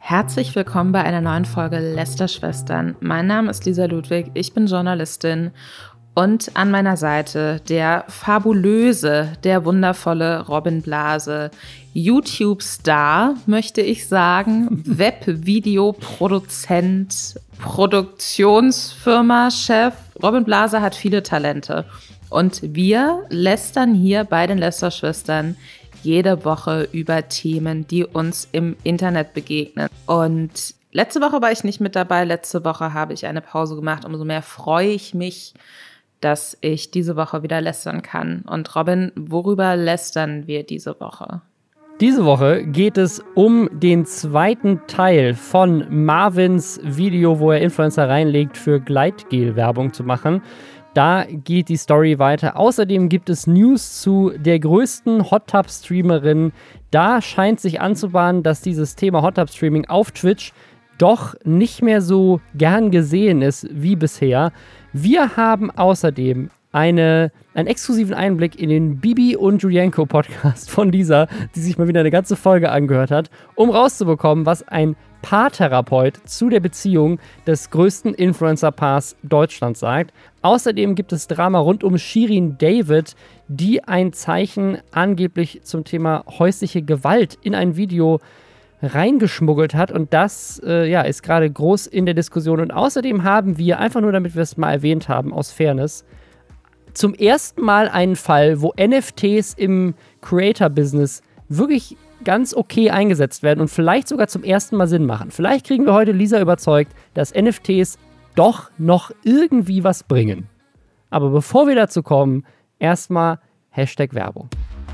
Herzlich willkommen bei einer neuen Folge Lästerschwestern. Mein Name ist Lisa Ludwig, ich bin Journalistin und an meiner Seite der fabulöse, der wundervolle Robin Blase, YouTube-Star, möchte ich sagen, Webvideoproduzent, Produktionsfirma-Chef. Robin Blase hat viele Talente und wir lästern hier bei den Lästerschwestern jede Woche über Themen, die uns im Internet begegnen. Und letzte Woche war ich nicht mit dabei. Letzte Woche habe ich eine Pause gemacht. Umso mehr freue ich mich, dass ich diese Woche wieder lästern kann. Und Robin, worüber lästern wir diese Woche? Diese Woche geht es um den zweiten Teil von Marvins Video, wo er Influencer reinlegt, für Gleitgel-Werbung zu machen. Da geht die Story weiter. Außerdem gibt es News zu der größten Hot-Tub-Streamerin. Da scheint sich anzubahnen, dass dieses Thema Hot-Tub-Streaming auf Twitch doch nicht mehr so gern gesehen ist wie bisher. Wir haben außerdem einen exklusiven Einblick in den Bibi und Julienko Podcast von Lisa, die sich mal wieder eine ganze Folge angehört hat, um rauszubekommen, was ein Paartherapeut zu der Beziehung des größten Influencer-Paars Deutschlands sagt. Außerdem gibt es Drama rund um Shirin David, die ein Zeichen angeblich zum Thema häusliche Gewalt in ein Video reingeschmuggelt hat. Und das ist gerade groß in der Diskussion. Und außerdem haben wir, einfach nur damit wir es mal erwähnt haben, aus Fairness, zum ersten Mal einen Fall, wo NFTs im Creator-Business wirklich ganz okay eingesetzt werden und vielleicht sogar zum ersten Mal Sinn machen. Vielleicht kriegen wir heute Lisa überzeugt, dass NFTs doch noch irgendwie was bringen. Aber bevor wir dazu kommen, erstmal #Werbung.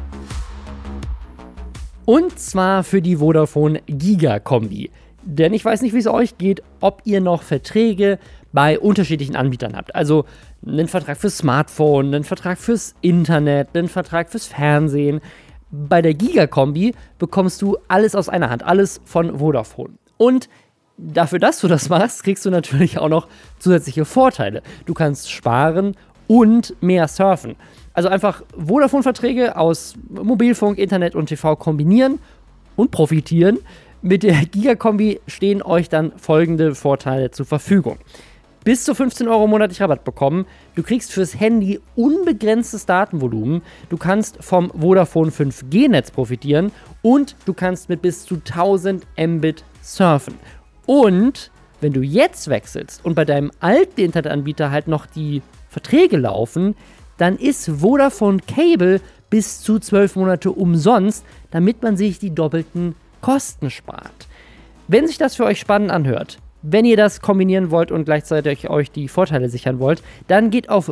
Und zwar für die Vodafone Giga-Kombi. Denn ich weiß nicht, wie es euch geht, ob ihr noch Verträge bei unterschiedlichen Anbietern habt. Also einen Vertrag fürs Smartphone, einen Vertrag fürs Internet, einen Vertrag fürs Fernsehen. Bei der Giga-Kombi bekommst du alles aus einer Hand, alles von Vodafone. Und dafür, dass du das machst, kriegst du natürlich auch noch zusätzliche Vorteile. Du kannst sparen und mehr surfen. Also einfach Vodafone-Verträge aus Mobilfunk, Internet und TV kombinieren und profitieren. Mit der Giga-Kombi stehen euch dann folgende Vorteile zur Verfügung. Bis zu 15 € monatlich Rabatt bekommen. Du kriegst fürs Handy unbegrenztes Datenvolumen. Du kannst vom Vodafone 5G-Netz profitieren. Und du kannst mit bis zu 1000 Mbit surfen. Und wenn du jetzt wechselst und bei deinem alten Internetanbieter halt noch die Verträge laufen, dann ist Vodafone Cable bis zu 12 Monate umsonst, damit man sich die doppelten Kosten spart. Wenn sich das für euch spannend anhört, wenn ihr das kombinieren wollt und gleichzeitig euch die Vorteile sichern wollt, dann geht auf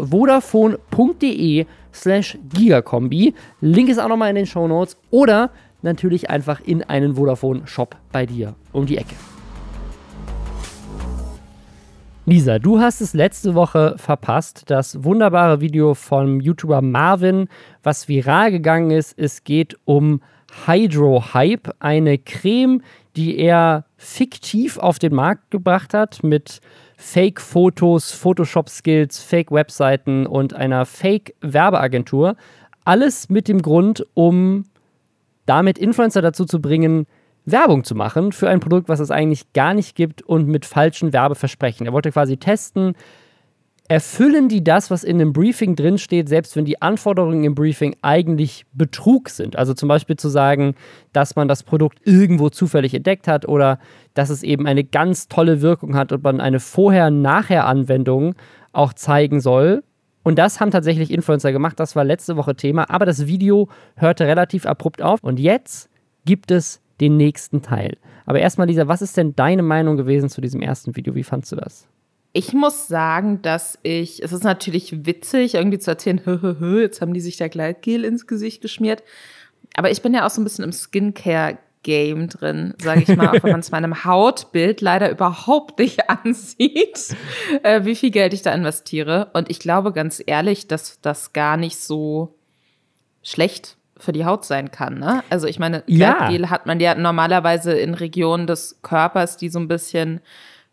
vodafone.de/Gigakombi. Link ist auch nochmal in den Shownotes. Oder natürlich einfach in einen Vodafone-Shop bei dir um die Ecke. Lisa, du hast es letzte Woche verpasst, das wunderbare Video vom YouTuber Marvin, was viral gegangen ist. Es geht um Hydro Hype, eine Creme, die er fiktiv auf den Markt gebracht hat mit Fake-Fotos, Photoshop-Skills, Fake-Webseiten und einer Fake-Werbeagentur. Alles mit dem Grund, um damit Influencer dazu zu bringen, Werbung zu machen für ein Produkt, was es eigentlich gar nicht gibt und mit falschen Werbeversprechen. Er wollte quasi testen, erfüllen die das, was in einem Briefing drinsteht, selbst wenn die Anforderungen im Briefing eigentlich Betrug sind. Also zum Beispiel zu sagen, dass man das Produkt irgendwo zufällig entdeckt hat oder dass es eben eine ganz tolle Wirkung hat und man eine Vorher-Nachher-Anwendung auch zeigen soll. Und das haben tatsächlich Influencer gemacht. Das war letzte Woche Thema. Aber das Video hörte relativ abrupt auf. Und jetzt gibt es den nächsten Teil. Aber erstmal, Lisa, was ist denn deine Meinung gewesen zu diesem ersten Video? Wie fandst du das? Ich muss sagen, es ist natürlich witzig, irgendwie zu erzählen, jetzt haben die sich da Gleitgel ins Gesicht geschmiert. Aber ich bin ja auch so ein bisschen im Skincare-Game drin, sage ich mal, auch wenn man es meinem Hautbild leider überhaupt nicht ansieht, wie viel Geld ich da investiere. Und ich glaube ganz ehrlich, dass das gar nicht so schlecht für die Haut sein kann, ne? Also ich meine, Gleitgel hat man ja normalerweise in Regionen des Körpers, die so ein bisschen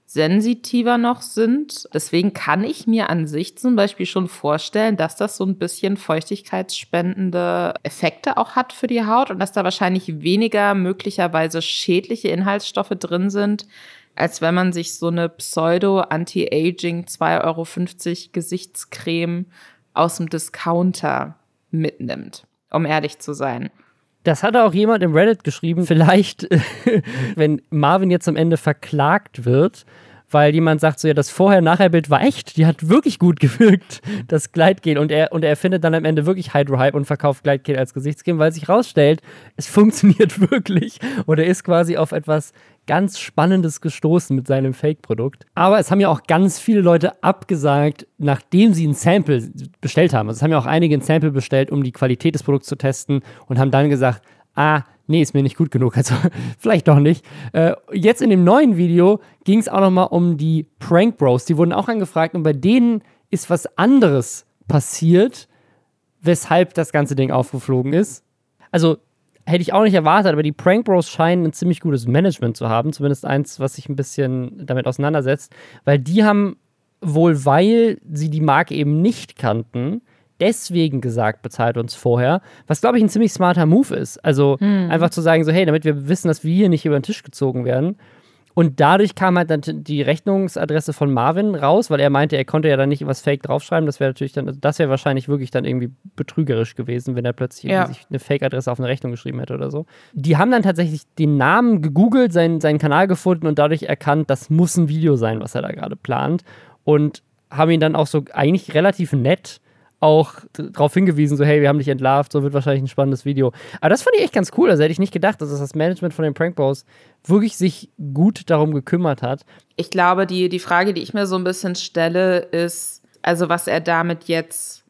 sensitiver noch sind. Deswegen kann ich mir an sich zum Beispiel schon vorstellen, dass das so ein bisschen feuchtigkeitsspendende Effekte auch hat für die Haut und dass da wahrscheinlich weniger möglicherweise schädliche Inhaltsstoffe drin sind, als wenn man sich so eine Pseudo-Anti-Aging 2,50 € Gesichtscreme aus dem Discounter mitnimmt, um ehrlich zu sein. Das hatte auch jemand im Reddit geschrieben, vielleicht, wenn Marvin jetzt am Ende verklagt wird, weil jemand sagt so, ja, das Vorher-Nachher-Bild war echt, die hat wirklich gut gewirkt, das Gleitgel. Und er findet dann am Ende wirklich Hydro-Hype und verkauft Gleitgel als Gesichtscreme, weil sich rausstellt, es funktioniert wirklich. Und er ist quasi auf etwas ganz Spannendes gestoßen mit seinem Fake-Produkt. Aber es haben ja auch ganz viele Leute abgesagt, nachdem sie ein Sample bestellt haben. Also es haben ja auch einige ein Sample bestellt, um die Qualität des Produkts zu testen und haben dann gesagt, nee, ist mir nicht gut genug, also vielleicht doch nicht. Jetzt in dem neuen Video ging es auch nochmal um die Prank Bros. Die wurden auch angefragt und bei denen ist was anderes passiert, weshalb das ganze Ding aufgeflogen ist. Also hätte ich auch nicht erwartet, aber die Prank Bros scheinen ein ziemlich gutes Management zu haben, zumindest eins, was sich ein bisschen damit auseinandersetzt, weil die haben wohl, weil sie die Marke eben nicht kannten, deswegen gesagt, bezahlt uns vorher, was, glaube ich, ein ziemlich smarter Move ist. Also einfach zu sagen, so, hey, damit wir wissen, dass wir hier nicht über den Tisch gezogen werden. Und dadurch kam halt dann die Rechnungsadresse von Marvin raus, weil er meinte, er konnte ja dann nicht was Fake draufschreiben. Das wäre natürlich dann, das wäre wahrscheinlich wirklich dann irgendwie betrügerisch gewesen, wenn er plötzlich sich eine Fake-Adresse auf eine Rechnung geschrieben hätte oder so. Die haben dann tatsächlich den Namen gegoogelt, seinen Kanal gefunden und dadurch erkannt, das muss ein Video sein, was er da gerade plant. Und haben ihn dann auch so eigentlich relativ nett auch darauf hingewiesen, so hey, wir haben dich entlarvt, so wird wahrscheinlich ein spannendes Video. Aber das fand ich echt ganz cool, also hätte ich nicht gedacht, dass das Management von den Prank Bros wirklich sich gut darum gekümmert hat. Ich glaube, die Frage, die ich mir so ein bisschen stelle, ist, also was er damit jetzt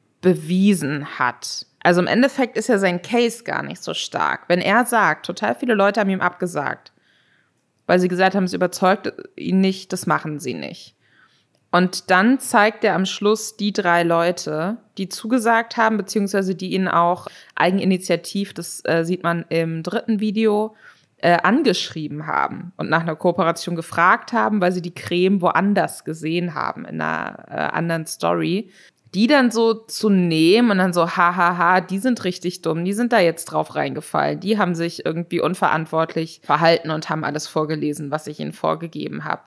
bewiesen hat. Also im Endeffekt ist ja sein Case gar nicht so stark. Wenn er sagt, total viele Leute haben ihm abgesagt, weil sie gesagt haben, es überzeugt ihn nicht, das machen sie nicht. Und dann zeigt er am Schluss die 3 Leute, die zugesagt haben, beziehungsweise die ihn auch eigeninitiativ, das sieht man im 3. Video, angeschrieben haben und nach einer Kooperation gefragt haben, weil sie die Creme woanders gesehen haben, in einer anderen Story. Die dann so zu nehmen und dann so, hahaha, die sind richtig dumm, die sind da jetzt drauf reingefallen. Die haben sich irgendwie unverantwortlich verhalten und haben alles vorgelesen, was ich ihnen vorgegeben habe.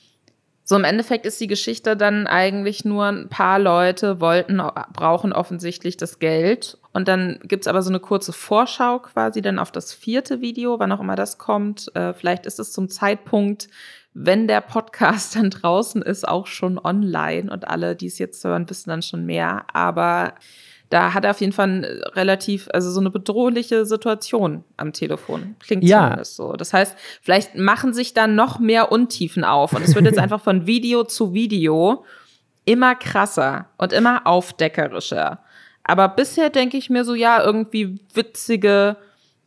So im Endeffekt ist die Geschichte dann eigentlich nur, ein paar Leute brauchen offensichtlich das Geld. Und dann gibt's aber so eine kurze Vorschau quasi dann auf das 4. Video, wann auch immer das kommt. Vielleicht ist es zum Zeitpunkt, wenn der Podcast dann draußen ist, auch schon online. Und alle, die es jetzt hören, wissen dann schon mehr. Aber da hat er auf jeden Fall also so eine bedrohliche Situation am Telefon. Klingt zumindest so. Das heißt, vielleicht machen sich da noch mehr Untiefen auf. Und es wird jetzt einfach von Video zu Video immer krasser und immer aufdeckerischer. Aber bisher denke ich mir so, ja, irgendwie witzige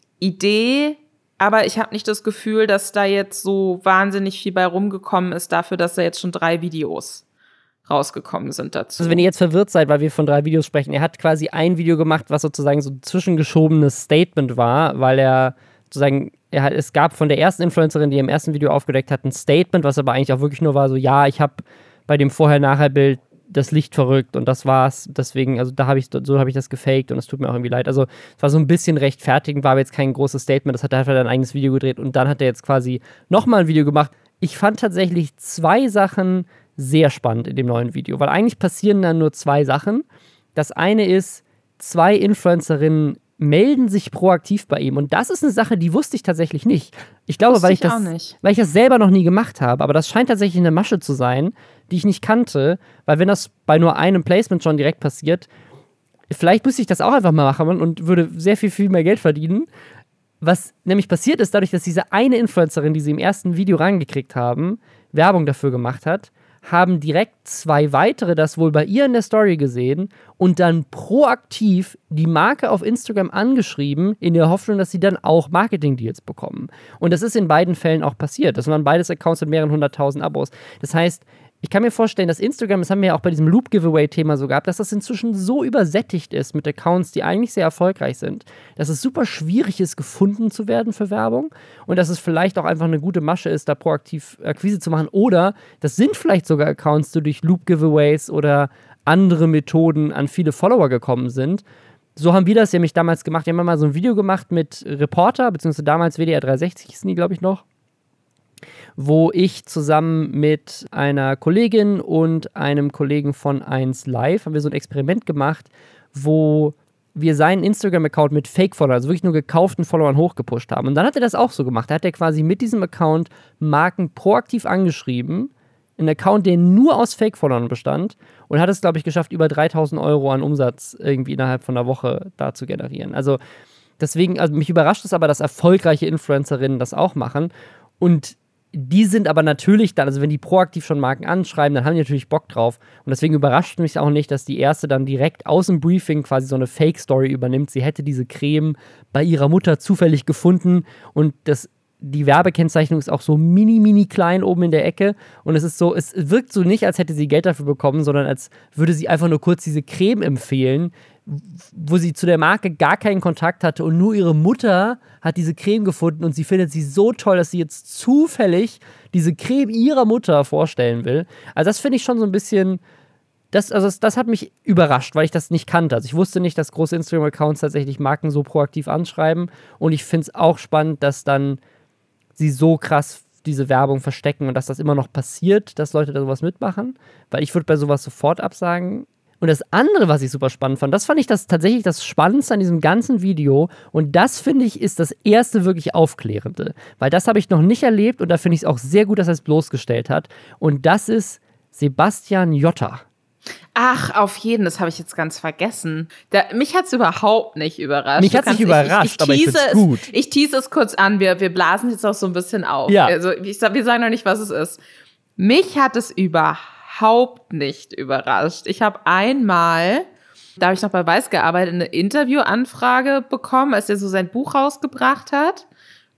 Idee. Aber ich habe nicht das Gefühl, dass da jetzt so wahnsinnig viel bei rumgekommen ist dafür, dass da jetzt schon 3 Videos rausgekommen sind dazu. Also wenn ihr jetzt verwirrt seid, weil wir von 3 Videos sprechen, er hat quasi ein Video gemacht, was sozusagen so ein zwischengeschobenes Statement war, weil er sozusagen, es gab von der ersten Influencerin, die im ersten Video aufgedeckt hat, ein Statement, was aber eigentlich auch wirklich nur war so, ja, ich habe bei dem Vorher-Nachher-Bild das Licht verrückt und das war's. Deswegen, also so habe ich das gefaked und es tut mir auch irgendwie leid. Also es war so ein bisschen rechtfertigend, war aber jetzt kein großes Statement. Das hat er ein eigenes Video gedreht und dann hat er jetzt quasi nochmal ein Video gemacht. Ich fand tatsächlich 2 Sachen sehr spannend in dem neuen Video, weil eigentlich passieren dann nur 2 Sachen. Das eine ist, 2 Influencerinnen melden sich proaktiv bei ihm und das ist eine Sache, die wusste ich tatsächlich nicht. Ich glaube, weil ich das selber noch nie gemacht habe, aber das scheint tatsächlich eine Masche zu sein, die ich nicht kannte, weil wenn das bei nur einem Placement schon direkt passiert, vielleicht müsste ich das auch einfach mal machen und würde sehr viel mehr Geld verdienen. Was nämlich passiert ist, dadurch, dass diese eine Influencerin, die sie im ersten Video rangekriegt haben, Werbung dafür gemacht hat, haben direkt 2 weitere das wohl bei ihr in der Story gesehen und dann proaktiv die Marke auf Instagram angeschrieben, in der Hoffnung, dass sie dann auch Marketing-Deals bekommen. Und das ist in beiden Fällen auch passiert. Das waren beides Accounts mit mehreren 100.000 Abos. Das heißt, ich kann mir vorstellen, dass Instagram, das haben wir ja auch bei diesem Loop-Giveaway-Thema so gehabt, dass das inzwischen so übersättigt ist mit Accounts, die eigentlich sehr erfolgreich sind, dass es super schwierig ist, gefunden zu werden für Werbung und dass es vielleicht auch einfach eine gute Masche ist, da proaktiv Akquise zu machen. Oder das sind vielleicht sogar Accounts, die durch Loop-Giveaways oder andere Methoden an viele Follower gekommen sind. So haben wir das nämlich damals gemacht. Wir haben mal so ein Video gemacht mit Reporter, beziehungsweise damals WDR 360 hießen die, glaube ich, noch, wo ich zusammen mit einer Kollegin und einem Kollegen von 1Live haben wir so ein Experiment gemacht, wo wir seinen Instagram-Account mit Fake-Followern, also wirklich nur gekauften Followern hochgepusht haben. Und dann hat er das auch so gemacht. Da hat er quasi mit diesem Account Marken proaktiv angeschrieben, ein Account, der nur aus Fake-Followern bestand und hat es, glaube ich, geschafft, über 3.000 € an Umsatz irgendwie innerhalb von einer Woche da zu generieren. Also deswegen, also mich überrascht es aber, dass erfolgreiche Influencerinnen das auch machen und die sind aber natürlich dann, also wenn die proaktiv schon Marken anschreiben, dann haben die natürlich Bock drauf. Und deswegen überrascht mich auch nicht, dass die erste dann direkt aus dem Briefing quasi so eine Fake-Story übernimmt. Sie hätte diese Creme bei ihrer Mutter zufällig gefunden und die Werbekennzeichnung ist auch so mini klein oben in der Ecke. Und es ist so, es wirkt so nicht, als hätte sie Geld dafür bekommen, sondern als würde sie einfach nur kurz diese Creme empfehlen, wo sie zu der Marke gar keinen Kontakt hatte und nur ihre Mutter hat diese Creme gefunden und sie findet sie so toll, dass sie jetzt zufällig diese Creme ihrer Mutter vorstellen will. Also das finde ich schon so ein bisschen, das hat mich überrascht, weil ich das nicht kannte. Also ich wusste nicht, dass große Instagram-Accounts tatsächlich Marken so proaktiv anschreiben und ich finde es auch spannend, dass dann sie so krass diese Werbung verstecken und dass das immer noch passiert, dass Leute da sowas mitmachen, weil ich würde bei sowas sofort absagen. Und das andere, was ich super spannend fand, das fand ich tatsächlich das Spannendste an diesem ganzen Video. Und das, finde ich, ist das erste wirklich Aufklärende. Weil das habe ich noch nicht erlebt und da finde ich es auch sehr gut, dass er es bloßgestellt hat. Und das ist Sebastian Jotta. Ach, auf jeden, das habe ich jetzt ganz vergessen. Mich hat es überhaupt nicht überrascht. Mich hat es nicht überrascht, aber ich finde es gut. Ich tease es kurz an, wir blasen jetzt auch so ein bisschen auf. Ja. Also wir sagen noch nicht, was es ist. Mich hat es überhaupt nicht überrascht. Ich habe einmal, da habe ich noch bei Weiß gearbeitet, eine Interviewanfrage bekommen, als er so sein Buch rausgebracht hat.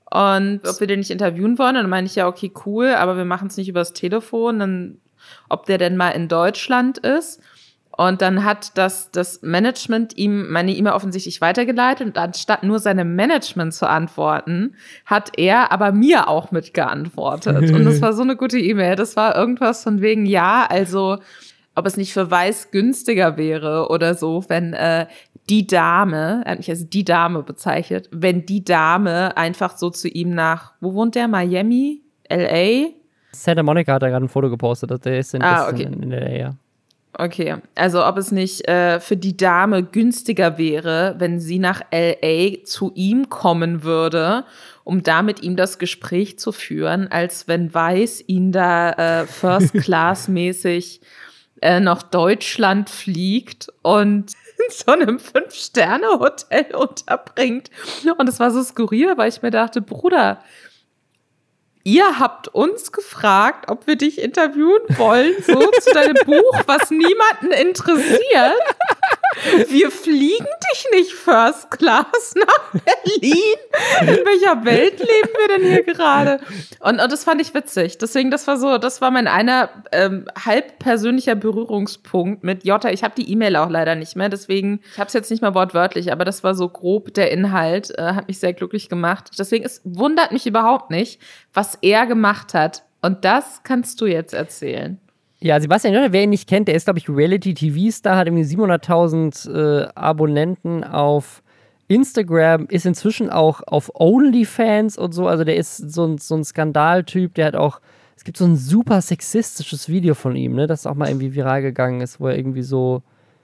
Und ob wir den nicht interviewen wollen. Und dann meine ich, ja, okay, cool, aber wir machen es nicht übers Telefon. Dann, ob der denn mal in Deutschland ist. Und dann hat das Management ihm meine E-Mail offensichtlich weitergeleitet und anstatt nur seinem Management zu antworten, hat er aber mir auch mitgeantwortet. Und das war so eine gute E-Mail. Das war irgendwas von wegen, ja, also ob es nicht für Weiß günstiger wäre oder so, wenn die Dame, er hat mich als die Dame bezeichnet, wenn die Dame einfach so zu ihm nach, wo wohnt der? Miami? LA? Santa Monica hat da gerade ein Foto gepostet, der ist in LA, ja. Okay, also ob es nicht für die Dame günstiger wäre, wenn sie nach LA zu ihm kommen würde, um da mit ihm das Gespräch zu führen, als wenn Weiß ihn da First-Class-mäßig nach Deutschland fliegt und in so einem 5-Sterne-Hotel unterbringt. Und es war so skurril, weil ich mir dachte, Bruder, ihr habt uns gefragt, ob wir dich interviewen wollen, so zu deinem Buch, was niemanden interessiert. Wir fliegen dich nicht First Class nach Berlin. In welcher Welt leben wir denn hier gerade? Und das fand ich witzig. Deswegen, das war mein einer halb persönlicher Berührungspunkt mit Jotta. Ich habe die E-Mail auch leider nicht mehr, deswegen, ich habe es jetzt nicht mal wortwörtlich, aber das war so grob der Inhalt, hat mich sehr glücklich gemacht. Deswegen, es wundert mich überhaupt nicht, was er gemacht hat. Und das kannst du jetzt erzählen. Ja, Sebastian Jotta, wer ihn nicht kennt, der ist, glaube ich, Reality-TV-Star, hat irgendwie 700.000 Abonnenten auf Instagram, ist inzwischen auch auf OnlyFans und so, also der ist so ein Skandaltyp, der hat auch, es gibt so ein super sexistisches Video von ihm, ne, das auch mal irgendwie viral gegangen ist, wo er irgendwie so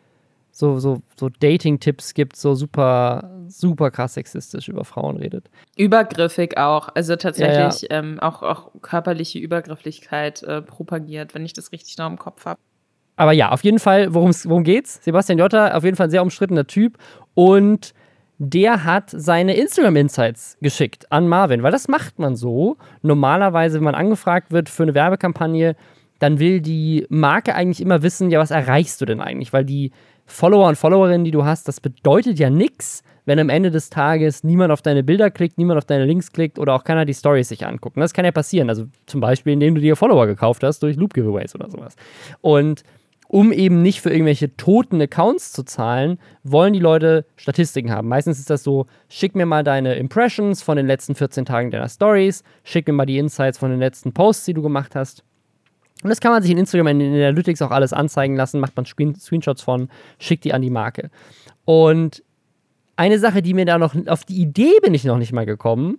Dating-Tipps gibt, so super, super krass sexistisch über Frauen redet. Übergriffig auch, also tatsächlich ja. Auch körperliche Übergrifflichkeit propagiert, wenn ich das richtig noch im Kopf habe. Aber ja, auf jeden Fall, worum geht's? Sebastian Jotta, auf jeden Fall ein sehr umstrittener Typ und der hat seine Instagram-Insights geschickt an Marvin, weil das macht man so. Normalerweise, wenn man angefragt wird für eine Werbekampagne, dann will die Marke eigentlich immer wissen, ja, was erreichst du denn eigentlich? Weil die Follower und Followerinnen, die du hast, das bedeutet ja nichts, wenn am Ende des Tages niemand auf deine Bilder klickt, niemand auf deine Links klickt oder auch keiner die Stories sich anguckt. Und das kann ja passieren. Also zum Beispiel, indem du dir Follower gekauft hast durch Loop-Giveaways oder sowas. Und um eben nicht für irgendwelche toten Accounts zu zahlen, wollen die Leute Statistiken haben. Meistens ist das so, schick mir mal deine Impressions von den letzten 14 Tagen deiner Stories, schick mir mal die Insights von den letzten Posts, die du gemacht hast. Und das kann man sich in Instagram in den Analytics auch alles anzeigen lassen, macht man Screenshots von, schickt die an die Marke. Und eine Sache, die mir da noch, auf die Idee bin ich noch nicht mal gekommen,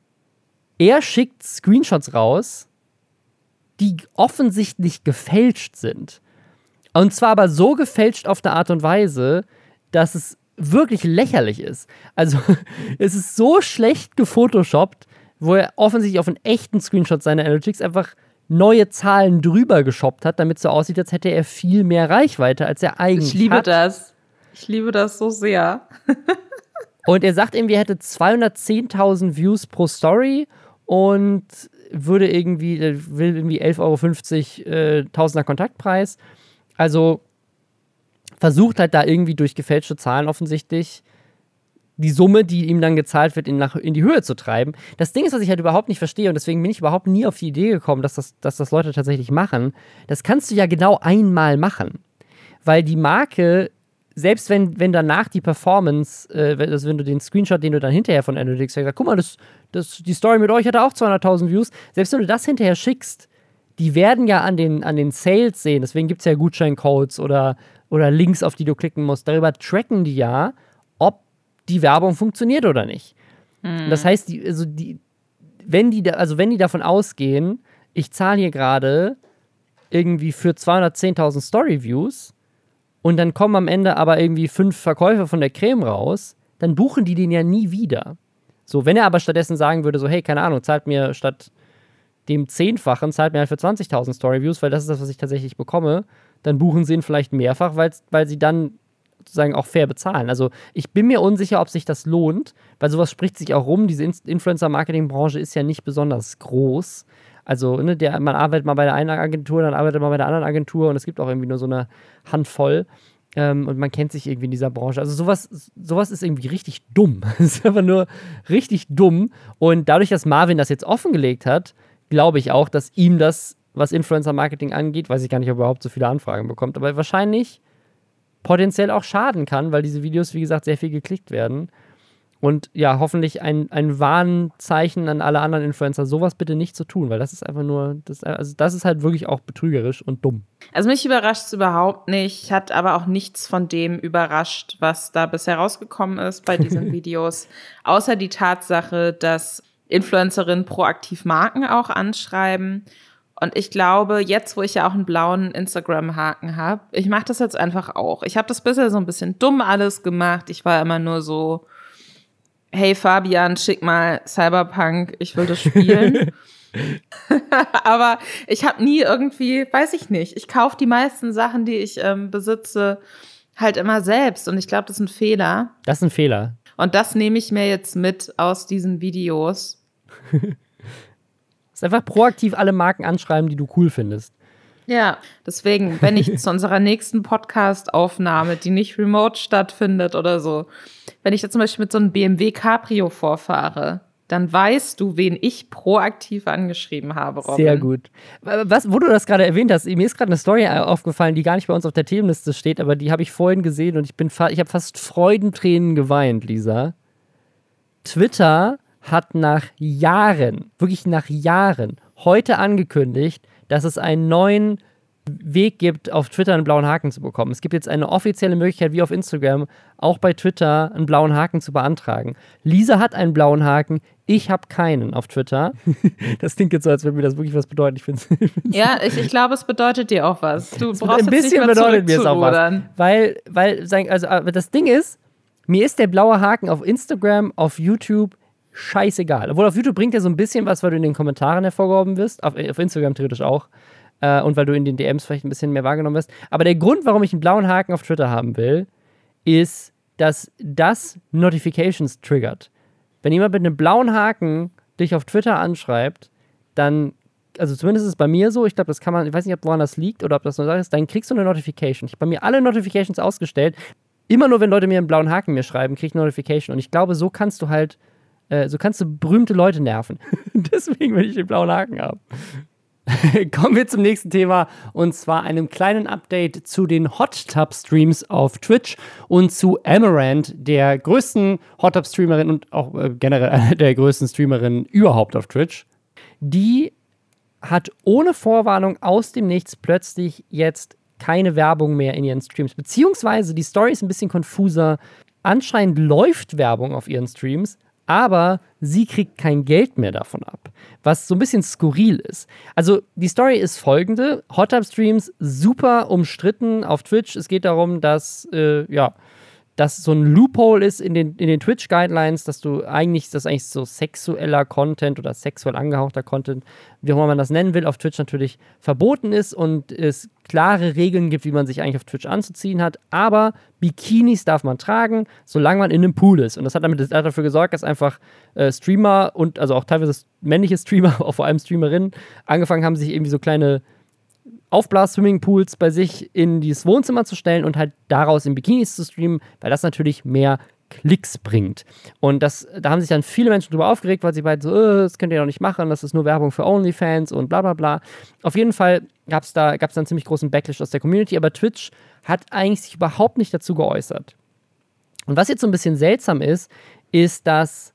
er schickt Screenshots raus, die offensichtlich gefälscht sind. Und zwar aber so gefälscht auf der Art und Weise, dass es wirklich lächerlich ist. Also es ist so schlecht gefotoshoppt, wo er offensichtlich auf einen echten Screenshot seiner Analytics einfach neue Zahlen drüber geshoppt hat, damit es so aussieht, als hätte er viel mehr Reichweite, als er eigentlich hat. Ich liebe das. Ich liebe das so sehr. Und er sagt irgendwie, er hätte 210.000 Views pro Story und will irgendwie 11,50 € Tausender Kontaktpreis. Also versucht halt da irgendwie durch gefälschte Zahlen offensichtlich die Summe, die ihm dann gezahlt wird, in die Höhe zu treiben. Das Ding ist, was ich halt überhaupt nicht verstehe und deswegen bin ich überhaupt nie auf die Idee gekommen, dass das Leute tatsächlich machen. Das kannst du ja genau einmal machen. Weil die Marke, selbst wenn danach die Performance, also wenn du den Screenshot, den du dann hinterher von Analytics sagst, guck mal, die Story mit euch hatte auch 200.000 Views, selbst wenn du das hinterher schickst, die werden ja an den Sales sehen, deswegen gibt es ja Gutscheincodes oder Links, auf die du klicken musst. Darüber tracken die ja, ob die Werbung funktioniert oder nicht. Das heißt, wenn die davon ausgehen, ich zahle hier gerade irgendwie für 210.000 Story-Views und dann kommen am Ende aber irgendwie 5 Verkäufe von der Creme raus, dann buchen die den ja nie wieder. So, wenn er aber stattdessen sagen würde, so, hey, keine Ahnung, zahlt mir statt dem 10-fachen, zahlt mir halt für 20.000 Story-Views, weil das ist das, was ich tatsächlich bekomme, dann buchen sie ihn vielleicht mehrfach, weil sie dann sozusagen auch fair bezahlen. Also ich bin mir unsicher, ob sich das lohnt, weil sowas spricht sich auch rum. Diese Influencer-Marketing-Branche ist ja nicht besonders groß. Also man arbeitet mal bei der einen Agentur, dann arbeitet man bei der anderen Agentur und es gibt auch irgendwie nur so eine Handvoll. Und man kennt sich irgendwie in dieser Branche. Also sowas ist irgendwie richtig dumm. Das ist einfach nur richtig dumm. Und dadurch, dass Marvin das jetzt offengelegt hat, glaube ich auch, dass ihm das, was Influencer-Marketing angeht, weiß ich gar nicht, ob er überhaupt so viele Anfragen bekommt, aber wahrscheinlich potenziell auch schaden kann, weil diese Videos, wie gesagt, sehr viel geklickt werden. Und ja, hoffentlich ein Warnzeichen an alle anderen Influencer, sowas bitte nicht zu tun, weil das ist einfach nur, das ist halt wirklich auch betrügerisch und dumm. Also mich überrascht es überhaupt nicht, hat aber auch nichts von dem überrascht, was da bisher rausgekommen ist bei diesen Videos, außer die Tatsache, dass Influencerinnen proaktiv Marken auch anschreiben. Und ich glaube, jetzt, wo ich ja auch einen blauen Instagram-Haken habe, ich mache das jetzt einfach auch. Ich habe das bisher so ein bisschen dumm alles gemacht. Ich war immer nur so, hey Fabian, schick mal Cyberpunk, ich will das spielen. Aber ich habe nie irgendwie, weiß ich nicht, ich kaufe die meisten Sachen, die ich besitze, halt immer selbst. Und ich glaube, das ist ein Fehler. Das ist ein Fehler. Und das nehme ich mir jetzt mit aus diesen Videos. Ist einfach proaktiv alle Marken anschreiben, die du cool findest. Ja, deswegen, wenn ich zu unserer nächsten Podcast-Aufnahme, die nicht remote stattfindet oder so, wenn ich da zum Beispiel mit so einem BMW Cabrio vorfahre, dann weißt du, wen ich proaktiv angeschrieben habe, Robin. Sehr gut. Wo du das gerade erwähnt hast, mir ist gerade eine Story aufgefallen, die gar nicht bei uns auf der Themenliste steht, aber die habe ich vorhin gesehen und ich habe fast Freudentränen geweint, Lisa. Twitter hat nach Jahren, wirklich nach Jahren, heute angekündigt, dass es einen neuen Weg gibt, auf Twitter einen blauen Haken zu bekommen. Es gibt jetzt eine offizielle Möglichkeit, wie auf Instagram, auch bei Twitter einen blauen Haken zu beantragen. Lisa hat einen blauen Haken, ich habe keinen auf Twitter. Das klingt jetzt so, als würde mir das wirklich was bedeuten. Ja, ich glaube, es bedeutet dir auch was. Du brauchst ein bisschen jetzt nicht mehr bedeutet mir es auch was. Weil das Ding ist, mir ist der blaue Haken auf Instagram, auf YouTube scheißegal. Obwohl auf YouTube bringt er so ein bisschen was, weil du in den Kommentaren hervorgehoben wirst. Auf Instagram theoretisch auch. Und weil du in den DMs vielleicht ein bisschen mehr wahrgenommen wirst. Aber der Grund, warum ich einen blauen Haken auf Twitter haben will, ist, dass das Notifications triggert. Wenn jemand mit einem blauen Haken dich auf Twitter anschreibt, dann, also zumindest ist es bei mir so, ich glaube, das kann man, ich weiß nicht, woran das liegt oder ob das nur ist, dann kriegst du eine Notification. Ich habe bei mir alle Notifications ausgestellt. immer nur, wenn Leute mir einen blauen Haken mir schreiben, kriege ich eine Notification. Und ich glaube, so kannst du berühmte Leute nerven. Deswegen will ich den blauen Haken haben. Kommen wir zum nächsten Thema, und zwar einem kleinen Update zu den Hot Tub Streams auf Twitch und zu Amarant, der größten Hot Tub Streamerin und auch generell einer der größten Streamerinnen überhaupt auf Twitch. Die hat ohne Vorwarnung aus dem Nichts plötzlich jetzt keine Werbung mehr in ihren Streams, beziehungsweise die Story ist ein bisschen konfuser. Anscheinend läuft Werbung auf ihren Streams, aber sie kriegt kein Geld mehr davon ab, was so ein bisschen skurril ist. Also die Story ist folgende: Hot Tub Streams super umstritten auf Twitch. Es geht darum, dass so ein Loophole ist in den Twitch-Guidelines, dass eigentlich so sexueller Content oder sexuell angehauchter Content, wie auch immer man das nennen will, auf Twitch natürlich verboten ist und es klare Regeln gibt, wie man sich eigentlich auf Twitch anzuziehen hat. Aber Bikinis darf man tragen, solange man in einem Pool ist. Und das hat dafür gesorgt, dass einfach Streamer und also auch teilweise männliche Streamer, auch vor allem Streamerinnen, angefangen haben, sich irgendwie so kleine Aufblas-Swimmingpools bei sich in dieses Wohnzimmer zu stellen und halt daraus in Bikinis zu streamen, weil das natürlich mehr Klicks bringt. Und da haben sich dann viele Menschen drüber aufgeregt, weil sie beide so, das könnt ihr doch nicht machen, das ist nur Werbung für OnlyFans und bla bla bla. Auf jeden Fall gab's da einen ziemlich großen Backlash aus der Community, aber Twitch hat eigentlich sich überhaupt nicht dazu geäußert. Und was jetzt so ein bisschen seltsam ist, dass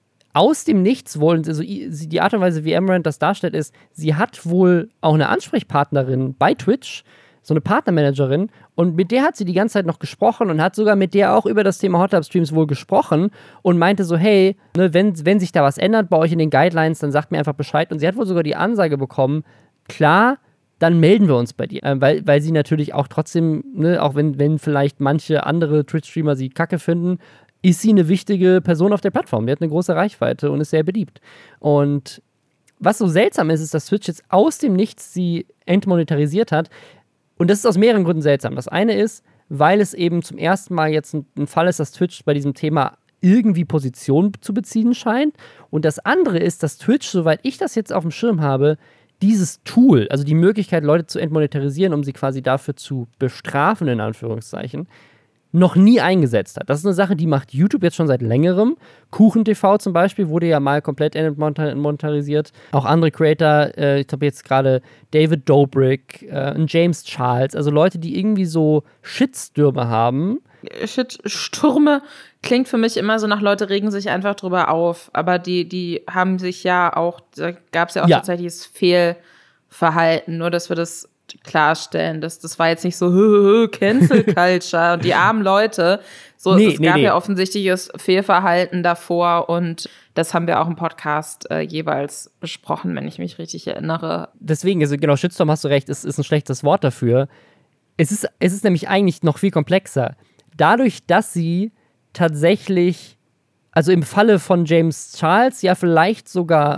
aus dem Nichts wohl, also die Art und Weise, wie Amarant das darstellt, ist, sie hat wohl auch eine Ansprechpartnerin bei Twitch, so eine Partnermanagerin, und mit der hat sie die ganze Zeit noch gesprochen und hat sogar mit der auch über das Thema Hot Tub Streams wohl gesprochen und meinte so, hey, ne, wenn sich da was ändert bei euch in den Guidelines, dann sagt mir einfach Bescheid. Und sie hat wohl sogar die Ansage bekommen, klar, dann melden wir uns bei dir. Weil sie natürlich auch trotzdem, ne, auch wenn vielleicht manche andere Twitch-Streamer sie kacke finden, ist sie eine wichtige Person auf der Plattform. Die hat eine große Reichweite und ist sehr beliebt. Und was so seltsam ist, dass Twitch jetzt aus dem Nichts sie entmonetarisiert hat. Und das ist aus mehreren Gründen seltsam. Das eine ist, weil es eben zum ersten Mal jetzt ein Fall ist, dass Twitch bei diesem Thema irgendwie Position zu beziehen scheint. Und das andere ist, dass Twitch, soweit ich das jetzt auf dem Schirm habe, dieses Tool, also die Möglichkeit, Leute zu entmonetarisieren, um sie quasi dafür zu bestrafen, in Anführungszeichen, noch nie eingesetzt hat. Das ist eine Sache, die macht YouTube jetzt schon seit längerem. KuchenTV zum Beispiel wurde ja mal komplett entmonetarisiert. Auch andere Creator, ich habe jetzt gerade David Dobrik, James Charles, also Leute, die irgendwie so Shitstürme haben. Shitstürme klingt für mich immer so nach, Leute regen sich einfach drüber auf. Aber die haben sich ja auch, da gab es ja auch tatsächliches Fehlverhalten, nur dass wir das klarstellen. Das war jetzt nicht so Cancel Culture und die armen Leute. Es gab ja offensichtliches Fehlverhalten davor und das haben wir auch im Podcast jeweils besprochen, wenn ich mich richtig erinnere. Deswegen, also genau, Shitstorm, hast du recht, ist ein schlechtes Wort dafür. Es ist nämlich eigentlich noch viel komplexer. Dadurch, dass sie tatsächlich, also im Falle von James Charles, ja vielleicht sogar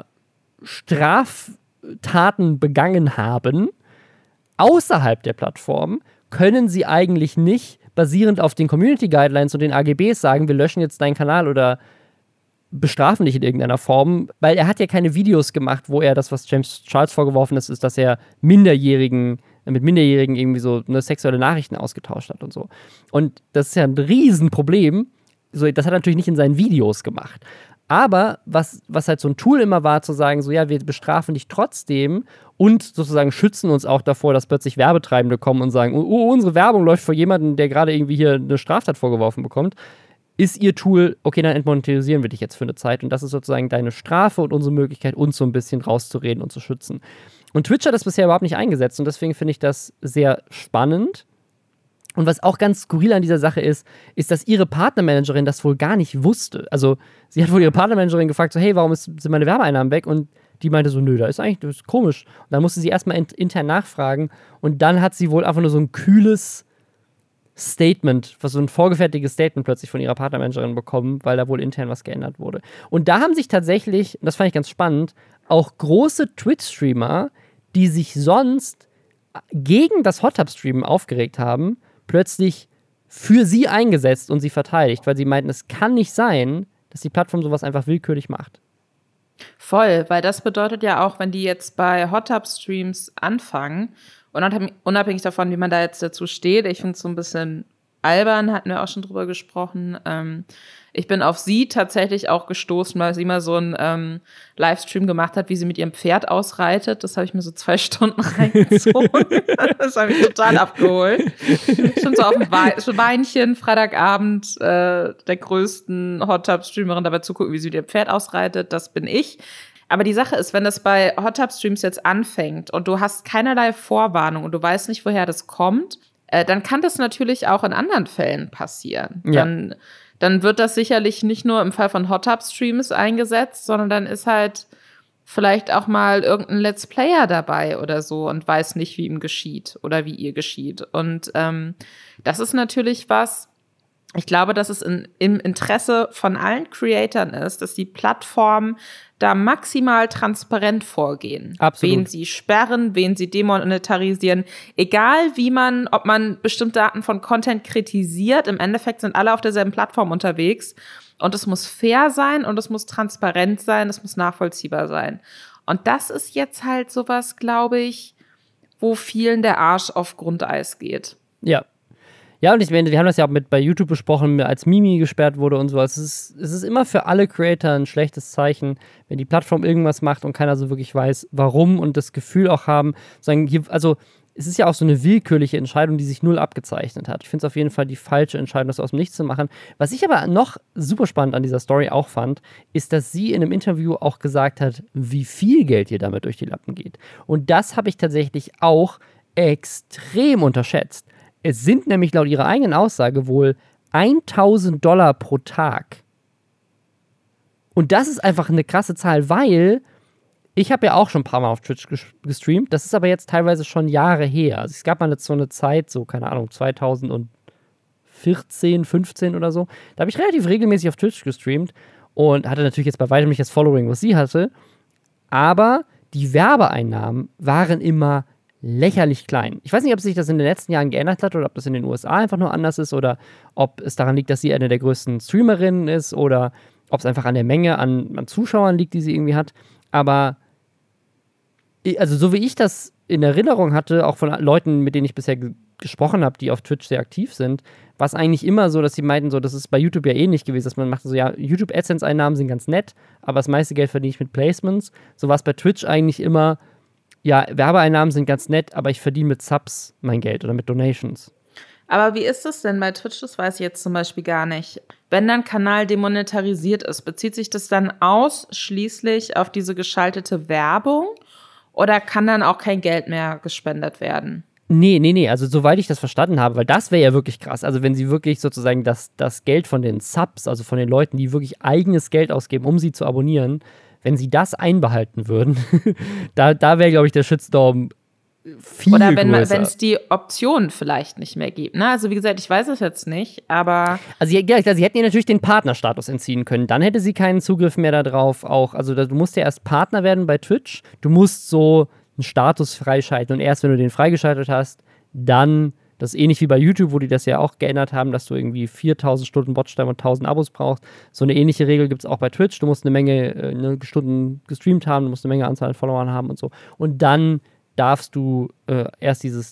Straftaten begangen haben, außerhalb der Plattform, können sie eigentlich nicht basierend auf den Community Guidelines und den AGBs sagen, wir löschen jetzt deinen Kanal oder bestrafen dich in irgendeiner Form, weil er hat ja keine Videos gemacht, wo er das, was James Charles vorgeworfen ist, dass er mit Minderjährigen irgendwie so sexuelle Nachrichten ausgetauscht hat und so. Und das ist ja ein Riesenproblem. So, das hat er natürlich nicht in seinen Videos gemacht. Aber was halt so ein Tool immer war, zu sagen, so ja, wir bestrafen dich trotzdem und sozusagen schützen uns auch davor, dass plötzlich Werbetreibende kommen und sagen, oh, unsere Werbung läuft für jemanden, der gerade irgendwie hier eine Straftat vorgeworfen bekommt, ist ihr Tool, okay, dann entmonetarisieren wir dich jetzt für eine Zeit und das ist sozusagen deine Strafe und unsere Möglichkeit, uns so ein bisschen rauszureden und zu schützen. Und Twitch hat das bisher überhaupt nicht eingesetzt und deswegen finde ich das sehr spannend. Und was auch ganz skurril an dieser Sache ist, dass ihre Partnermanagerin das wohl gar nicht wusste. Also sie hat wohl ihre Partnermanagerin gefragt, so hey, warum sind meine Werbeeinnahmen weg? Und die meinte so, nö, das ist komisch. Und dann musste sie erstmal intern nachfragen und dann hat sie wohl einfach nur so ein kühles Statement, so ein vorgefertigtes Statement plötzlich von ihrer Partnermanagerin bekommen, weil da wohl intern was geändert wurde. Und da haben sich tatsächlich, das fand ich ganz spannend, auch große Twitch-Streamer, die sich sonst gegen das Hot Tub Streamen aufgeregt haben, plötzlich für sie eingesetzt und sie verteidigt, weil sie meinten, es kann nicht sein, dass die Plattform sowas einfach willkürlich macht. Voll, weil das bedeutet ja auch, wenn die jetzt bei Hot Tub Streams anfangen, und unabhängig davon, wie man da jetzt dazu steht, ich finde es so ein bisschen Alban, hatten wir auch schon drüber gesprochen. Ich bin auf sie tatsächlich auch gestoßen, weil sie mal so einen Livestream gemacht hat, wie sie mit ihrem Pferd ausreitet. Das habe ich mir so 2 Stunden reingezogen. Das habe ich total abgeholt. Schon so auf dem Weinchen, Freitagabend, der größten Hot-Tub-Streamerin dabei zugucken, wie sie mit ihrem Pferd ausreitet. Das bin ich. Aber die Sache ist, wenn das bei Hot-Tub-Streams jetzt anfängt und du hast keinerlei Vorwarnung und du weißt nicht, woher das kommt, dann kann das natürlich auch in anderen Fällen passieren. Ja. Dann wird das sicherlich nicht nur im Fall von Hot-Tub-Streams eingesetzt, sondern dann ist halt vielleicht auch mal irgendein Let's Player dabei oder so und weiß nicht, wie ihm geschieht oder wie ihr geschieht. Und das ist natürlich was, ich glaube, dass es im Interesse von allen Creatoren ist, dass die Plattformen da maximal transparent vorgehen. Absolut. Wen sie sperren, wen sie demonetarisieren. Egal ob man bestimmte Arten von Content kritisiert, im Endeffekt sind alle auf derselben Plattform unterwegs. Und es muss fair sein und es muss transparent sein, es muss nachvollziehbar sein. Und das ist jetzt halt sowas, glaube ich, wo vielen der Arsch auf Grundeis geht. Ja. Ja, und ich meine, wir haben das ja auch bei YouTube besprochen, als Mimi gesperrt wurde und so. Es ist immer für alle Creator ein schlechtes Zeichen, wenn die Plattform irgendwas macht und keiner so wirklich weiß, warum und das Gefühl auch haben, also es ist ja auch so eine willkürliche Entscheidung, die sich null abgezeichnet hat. Ich finde es auf jeden Fall die falsche Entscheidung, das aus dem Nichts zu machen. Was ich aber noch super spannend an dieser Story auch fand, ist, dass sie in einem Interview auch gesagt hat, wie viel Geld ihr damit durch die Lappen geht. Und das habe ich tatsächlich auch extrem unterschätzt. Es sind nämlich laut ihrer eigenen Aussage wohl $1.000 pro Tag. Und das ist einfach eine krasse Zahl, weil ich habe ja auch schon ein paar Mal auf Twitch gestreamt. Das ist aber jetzt teilweise schon Jahre her. Also es gab mal so eine Zeit, so keine Ahnung, 2014, 15 oder so. Da habe ich relativ regelmäßig auf Twitch gestreamt und hatte natürlich jetzt bei weitem nicht das Following, was sie hatte. Aber die Werbeeinnahmen waren immer lächerlich klein. Ich weiß nicht, ob sich das in den letzten Jahren geändert hat oder ob das in den USA einfach nur anders ist oder ob es daran liegt, dass sie eine der größten Streamerinnen ist oder ob es einfach an der Menge an Zuschauern liegt, die sie irgendwie hat. Aber also so wie ich das in Erinnerung hatte, auch von Leuten, mit denen ich bisher gesprochen habe, die auf Twitch sehr aktiv sind, war es eigentlich immer so, dass sie meinten, so, das ist bei YouTube ja ähnlich gewesen, dass man macht so, ja, YouTube-AdSense-Einnahmen sind ganz nett, aber das meiste Geld verdiene ich mit Placements. So war es bei Twitch eigentlich immer, ja, Werbeeinnahmen sind ganz nett, aber ich verdiene mit Subs mein Geld oder mit Donations. Aber wie ist das denn bei Twitch? Das weiß ich jetzt zum Beispiel gar nicht. Wenn dein Kanal demonetarisiert ist, bezieht sich das dann ausschließlich auf diese geschaltete Werbung oder kann dann auch kein Geld mehr gespendet werden? Nee. Also soweit ich das verstanden habe, weil das wäre ja wirklich krass. Also wenn sie wirklich sozusagen das Geld von den Subs, also von den Leuten, die wirklich eigenes Geld ausgeben, um sie zu abonnieren, wenn sie das einbehalten würden, da wäre, glaube ich, der Shitstorm viel größer. Oder wenn es die Option vielleicht nicht mehr gibt. Ne? Also wie gesagt, ich weiß es jetzt nicht, aber... Also sie hätten ihr natürlich den Partnerstatus entziehen können. Dann hätte sie keinen Zugriff mehr darauf. Also du musst ja erst Partner werden bei Twitch. Du musst so einen Status freischalten und erst wenn du den freigeschaltet hast, dann... Das ist ähnlich wie bei YouTube, wo die das ja auch geändert haben, dass du irgendwie 4.000 Stunden Watchtime und 1.000 Abos brauchst. So eine ähnliche Regel gibt es auch bei Twitch. Du musst eine Menge Stunden gestreamt haben, du musst eine Menge Anzahl an Followern haben und so. Und dann darfst du erst dieses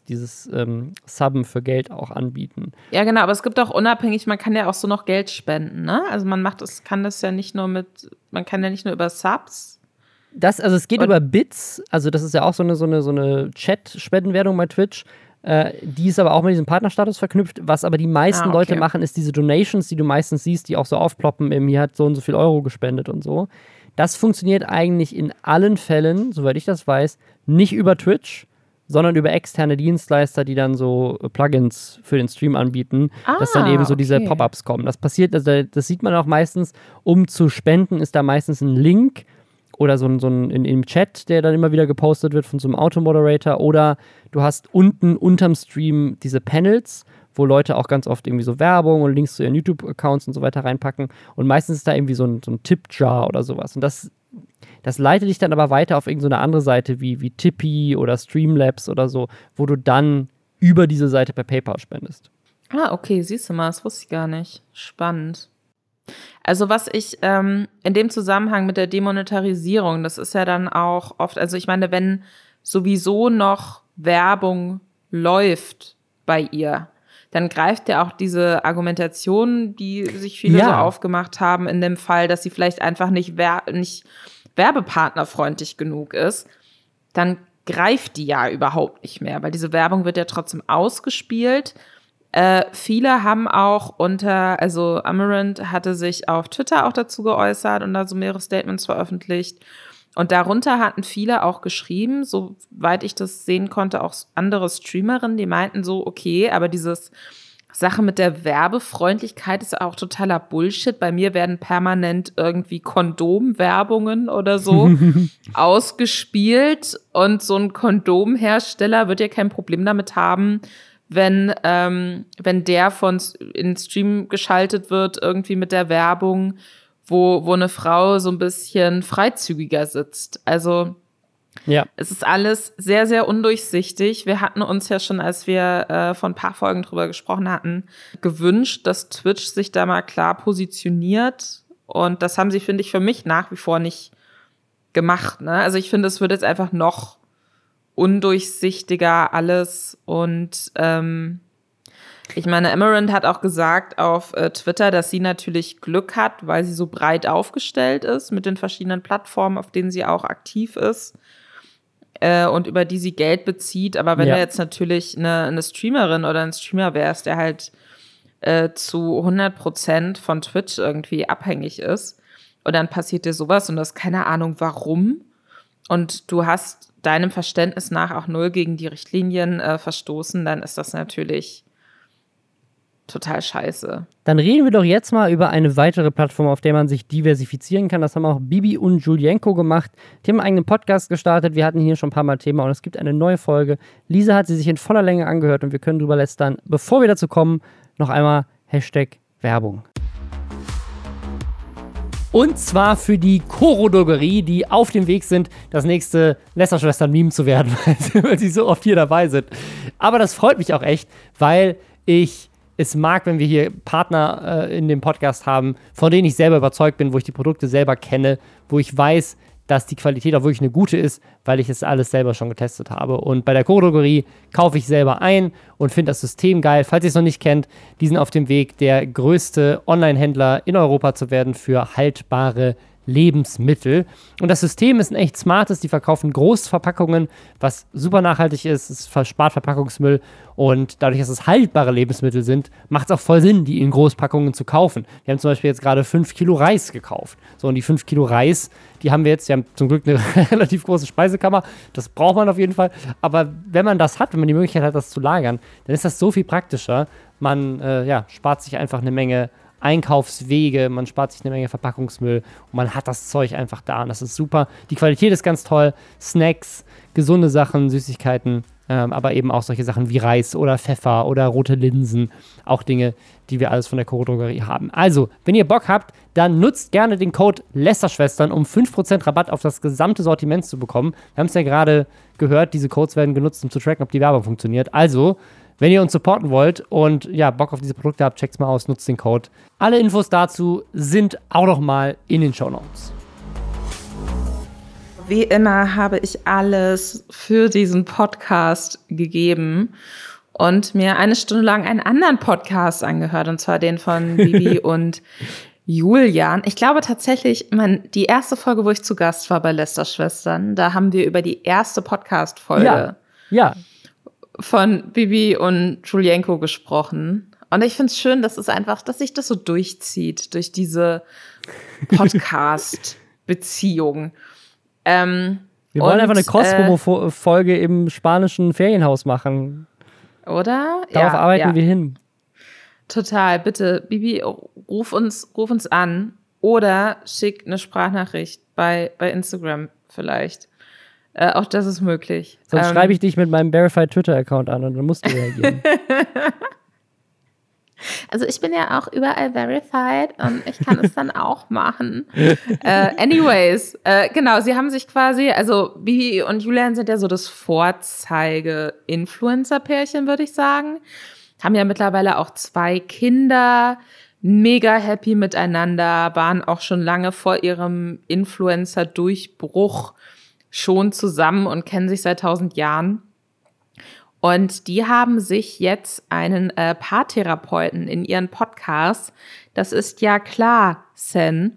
Subben für Geld auch anbieten. Ja, genau, aber es gibt auch unabhängig, man kann ja auch so noch Geld spenden, ne? Also man kann ja nicht nur über Subs. Es geht über Bits, also das ist ja auch so eine Chat-Spendenwerdung bei Twitch. Die ist aber auch mit diesem Partnerstatus verknüpft. Was aber die meisten Leute machen, ist diese Donations, die du meistens siehst, die auch so aufploppen, hier hat so und so viel Euro gespendet und so. Das funktioniert eigentlich in allen Fällen, soweit ich das weiß, nicht über Twitch, sondern über externe Dienstleister, die dann so Plugins für den Stream anbieten, dass dann eben so diese Pop-ups kommen. Das passiert, also das sieht man auch meistens, um zu spenden ist da meistens ein Link oder so ein im Chat, der dann immer wieder gepostet wird von so einem Automoderator, oder du hast unten unterm Stream diese Panels, wo Leute auch ganz oft irgendwie so Werbung und Links zu ihren YouTube-Accounts und so weiter reinpacken, und meistens ist da irgendwie so ein Tip-Jar oder sowas, und das leitet dich dann aber weiter auf irgendeine andere Seite wie Tippy oder Streamlabs oder so, wo du dann über diese Seite per PayPal spendest. Ah, okay, siehst du mal, das wusste ich gar nicht. Spannend. Also was ich in dem Zusammenhang mit der Demonetarisierung, das ist ja dann auch oft, also ich meine, wenn sowieso noch Werbung läuft bei ihr, dann greift ja auch diese Argumentation, die sich viele so aufgemacht haben, in dem Fall, dass sie vielleicht einfach nicht werbepartnerfreundlich genug ist, dann greift die ja überhaupt nicht mehr, weil diese Werbung wird ja trotzdem ausgespielt. Viele haben auch also Amarant hatte sich auf Twitter auch dazu geäußert und da so mehrere Statements veröffentlicht. Und darunter hatten viele auch geschrieben, soweit ich das sehen konnte, auch andere Streamerinnen, die meinten so, okay, aber dieses Sache mit der Werbefreundlichkeit ist auch totaler Bullshit. Bei mir werden permanent irgendwie Kondomwerbungen oder so ausgespielt und so ein Kondomhersteller wird ja kein Problem damit haben, wenn der in Stream geschaltet wird, irgendwie mit der Werbung, wo eine Frau so ein bisschen freizügiger sitzt. Also es ist alles sehr, sehr undurchsichtig. Wir hatten uns ja schon, als wir vor ein paar Folgen drüber gesprochen hatten, gewünscht, dass Twitch sich da mal klar positioniert. Und das haben sie, finde ich, für mich nach wie vor nicht gemacht. Ne? Also ich finde, es wird jetzt einfach noch undurchsichtiger alles. Und ich meine, Amarant hat auch gesagt auf Twitter, dass sie natürlich Glück hat, weil sie so breit aufgestellt ist mit den verschiedenen Plattformen, auf denen sie auch aktiv ist und über die sie Geld bezieht. Aber wenn du jetzt natürlich eine Streamerin oder ein Streamer wärst, der halt zu 100% von Twitch irgendwie abhängig ist und dann passiert dir sowas und du hast keine Ahnung warum und du hast deinem Verständnis nach auch null gegen die Richtlinien verstoßen, dann ist das natürlich total scheiße. Dann reden wir doch jetzt mal über eine weitere Plattform, auf der man sich diversifizieren kann. Das haben auch Bibi und Julienko gemacht. Die haben einen eigenen Podcast gestartet. Wir hatten hier schon ein paar Mal Thema und es gibt eine neue Folge. Lisa hat sie sich in voller Länge angehört und wir können drüber lästern. Bevor wir dazu kommen, noch einmal #Werbung. Und zwar für die Koro-Drogerie, die auf dem Weg sind, das nächste Lästerschwestern-Meme zu werden, weil sie so oft hier dabei sind. Aber das freut mich auch echt, weil ich es mag, wenn wir hier Partner in dem Podcast haben, von denen ich selber überzeugt bin, wo ich die Produkte selber kenne, wo ich weiß, dass die Qualität auch wirklich eine gute ist, weil ich es alles selber schon getestet habe. Und bei der Koro-Drogerie kaufe ich selber ein und finde das System geil. Falls ihr es noch nicht kennt, die sind auf dem Weg, der größte Online-Händler in Europa zu werden für haltbare Lebensmittel. Und das System ist ein echt smartes. Die verkaufen Großverpackungen, was super nachhaltig ist. Es spart Verpackungsmüll. Und dadurch, dass es haltbare Lebensmittel sind, macht es auch voll Sinn, die in Großpackungen zu kaufen. Wir haben zum Beispiel jetzt gerade 5 Kilo Reis gekauft. So, und die 5 Kilo Reis, die haben zum Glück eine relativ große Speisekammer. Das braucht man auf jeden Fall. Aber wenn man das hat, wenn man die Möglichkeit hat, das zu lagern, dann ist das so viel praktischer. Man spart sich einfach eine Menge Einkaufswege, man spart sich eine Menge Verpackungsmüll und man hat das Zeug einfach da und das ist super. Die Qualität ist ganz toll, Snacks, gesunde Sachen, Süßigkeiten, aber eben auch solche Sachen wie Reis oder Pfeffer oder rote Linsen, auch Dinge, die wir alles von der Koro-Drogerie haben. Also, wenn ihr Bock habt, dann nutzt gerne den Code Lästerschwestern, um 5% Rabatt auf das gesamte Sortiment zu bekommen. Wir haben es ja gerade gehört, diese Codes werden genutzt, um zu tracken, ob die Werbung funktioniert. Also, wenn ihr uns supporten wollt und Bock auf diese Produkte habt, checkt's mal aus, nutzt den Code. Alle Infos dazu sind auch noch mal in den Shownotes. Wie immer habe ich alles für diesen Podcast gegeben und mir eine Stunde lang einen anderen Podcast angehört, und zwar den von Bibi und Julian. Ich glaube tatsächlich, die erste Folge, wo ich zu Gast war bei Lästerschwestern, da haben wir über die erste Podcast-Folge von Bibi und Julienko gesprochen. Und ich finde es schön, dass sich das so durchzieht, durch diese Podcast-Beziehung. Wir wollen einfach eine Cross-Promo-Folge im spanischen Ferienhaus machen. Oder? Darauf arbeiten wir hin. Total. Bitte, Bibi, ruf uns an oder schick eine Sprachnachricht bei Instagram vielleicht. Auch das ist möglich. Sonst schreibe ich dich mit meinem Verified Twitter-Account an und dann musst du reagieren. Also ich bin ja auch überall verified und ich kann es dann auch machen. Anyways, genau, sie haben sich quasi, also Bibi und Julian sind ja so das Vorzeige-Influencer-Pärchen, würde ich sagen. Haben ja mittlerweile auch 2 Kinder, mega happy miteinander, waren auch schon lange vor ihrem Influencer-Durchbruch schon zusammen und kennen sich seit 1000 Jahren. Und die haben sich jetzt einen Paartherapeuten in ihren Podcast, das ist ja klar, Sen,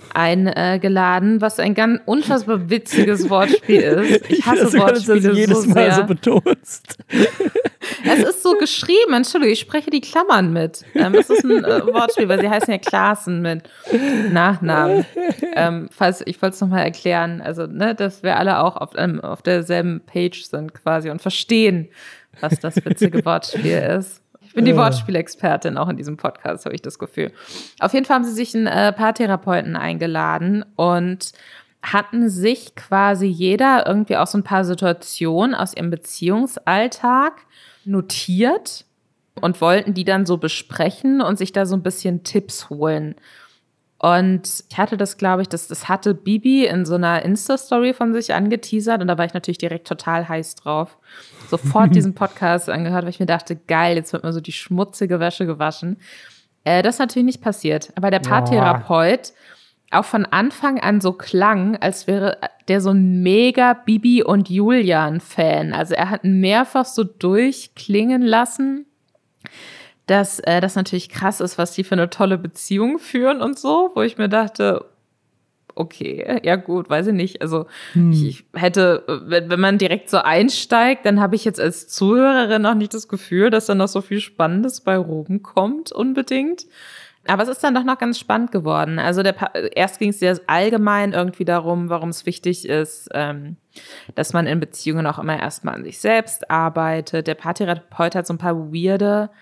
eingeladen, was ein ganz unfassbar witziges Wortspiel ist. Ich hasse Wortspiele so jedes Mal sehr. so betonst. Es ist so geschrieben, Entschuldigung, ich spreche die Klammern mit. Es ist ein Wortspiel, weil sie heißen ja Klaassen mit Nachnamen. Ich wollte es nochmal erklären, also dass wir alle auch auf derselben Page sind quasi und verstehen, was das witzige Wortspiel ist. Ich bin die Wortspielexpertin auch in diesem Podcast, habe ich das Gefühl. Auf jeden Fall haben sie sich einen Paartherapeuten eingeladen und hatten sich quasi jeder irgendwie auch so ein paar Situationen aus ihrem Beziehungsalltag notiert und wollten die dann so besprechen und sich da so ein bisschen Tipps holen. Und ich hatte das, glaube ich, das hatte Bibi in so einer Insta-Story von sich angeteasert und da war ich natürlich direkt total heiß drauf. Sofort diesen Podcast angehört, weil ich mir dachte, geil, jetzt wird mal so die schmutzige Wäsche gewaschen. Das ist natürlich nicht passiert. Aber der Paartherapeut auch von Anfang an so klang, als wäre der so ein mega Bibi und Julian-Fan. Also er hat mehrfach so durchklingen lassen, dass das natürlich krass ist, was die für eine tolle Beziehung führen und so, wo ich mir dachte, okay, ja gut, weiß ich nicht. Also ich hätte, wenn man direkt so einsteigt, dann habe ich jetzt als Zuhörerin noch nicht das Gefühl, dass da noch so viel Spannendes bei rumkommt unbedingt. Aber es ist dann doch noch ganz spannend geworden. Also erst ging es sehr allgemein irgendwie darum, warum es wichtig ist, dass man in Beziehungen auch immer erstmal an sich selbst arbeitet. Der Paartherapeut hat so ein paar weirde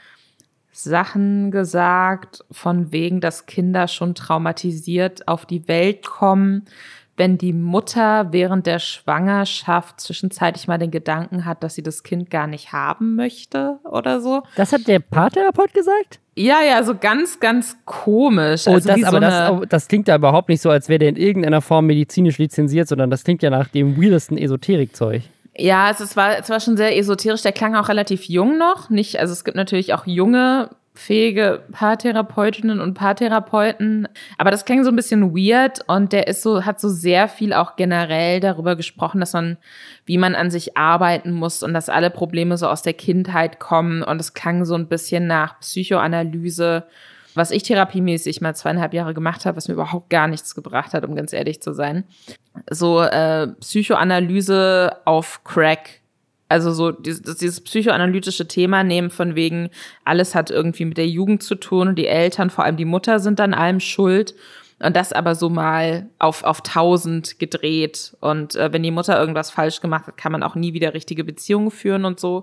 Sachen gesagt, von wegen, dass Kinder schon traumatisiert auf die Welt kommen, wenn die Mutter während der Schwangerschaft zwischenzeitlich mal den Gedanken hat, dass sie das Kind gar nicht haben möchte oder so. Das hat der Paartherapeut gesagt? Ja, so ganz, ganz komisch. Oh, also das klingt ja überhaupt nicht so, als wäre der in irgendeiner Form medizinisch lizenziert, sondern das klingt ja nach dem weirdesten Esoterikzeug. Ja, es war schon sehr esoterisch. Der klang auch relativ jung noch. Also es gibt natürlich auch junge, fähige Paartherapeutinnen und Paartherapeuten. Aber das klang so ein bisschen weird und der hat so sehr viel auch generell darüber gesprochen, wie man an sich arbeiten muss und dass alle Probleme so aus der Kindheit kommen. Und es klang so ein bisschen nach Psychoanalyse, was ich therapiemäßig mal 2,5 Jahre gemacht habe, was mir überhaupt gar nichts gebracht hat, um ganz ehrlich zu sein. So Psychoanalyse auf Crack. Also so dieses psychoanalytische Thema nehmen von wegen, alles hat irgendwie mit der Jugend zu tun und die Eltern, vor allem die Mutter, sind an allem schuld. Und das aber so mal auf 1000 gedreht. Und wenn die Mutter irgendwas falsch gemacht hat, kann man auch nie wieder richtige Beziehungen führen und so.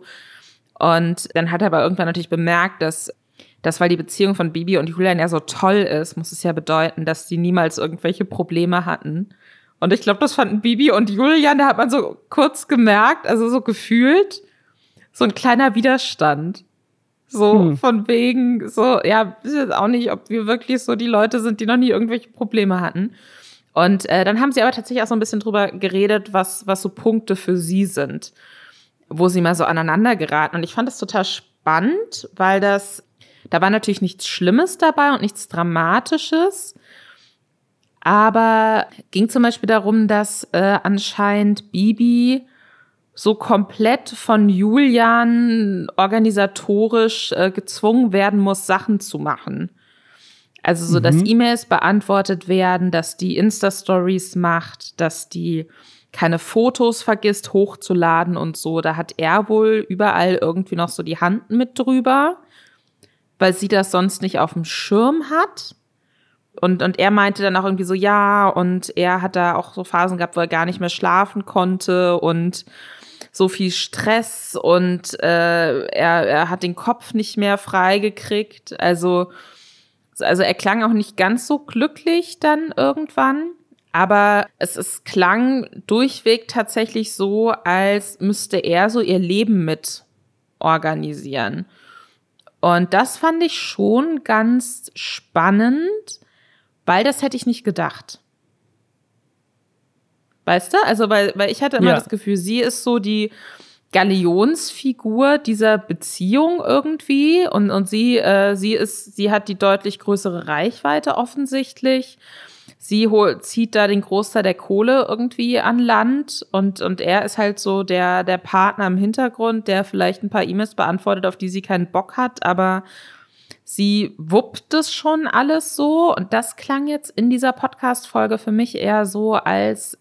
Und dann hat er aber irgendwann natürlich bemerkt, dass weil die Beziehung von Bibi und Julian ja so toll ist, muss es ja bedeuten, dass die niemals irgendwelche Probleme hatten. Und ich glaube, das fanden Bibi und Julian, da hat man so kurz gemerkt, also so gefühlt, so ein kleiner Widerstand. So von wegen, so, ja, ich weiß auch nicht, ob wir wirklich so die Leute sind, die noch nie irgendwelche Probleme hatten. Und dann haben sie aber tatsächlich auch so ein bisschen drüber geredet, was so Punkte für sie sind, wo sie mal so aneinander geraten. Und ich fand das total spannend, weil da war natürlich nichts Schlimmes dabei und nichts Dramatisches. Aber ging zum Beispiel darum, dass anscheinend Bibi so komplett von Julian organisatorisch gezwungen werden muss, Sachen zu machen. Also so, dass E-Mails beantwortet werden, dass die Insta-Stories macht, dass die keine Fotos vergisst hochzuladen und so. Da hat er wohl überall irgendwie noch so die Hand mit drüber, weil sie das sonst nicht auf dem Schirm hat. Und er meinte dann auch irgendwie so, ja, und er hat da auch so Phasen gehabt, wo er gar nicht mehr schlafen konnte und so viel Stress und er hat den Kopf nicht mehr frei gekriegt. Also er klang auch nicht ganz so glücklich dann irgendwann, aber es klang durchweg tatsächlich so, als müsste er so ihr Leben mit organisieren. Und das fand ich schon ganz spannend, weil das hätte ich nicht gedacht. Weißt du? Also, weil ich hatte immer das Gefühl, sie ist so die Galionsfigur dieser Beziehung irgendwie und sie hat die deutlich größere Reichweite offensichtlich. sie zieht da den Großteil der Kohle irgendwie an Land und er ist halt so der Partner im Hintergrund, der vielleicht ein paar E-Mails beantwortet, auf die sie keinen Bock hat, aber sie wuppt das schon alles so. Und das klang jetzt in dieser Podcast-Folge für mich eher so, als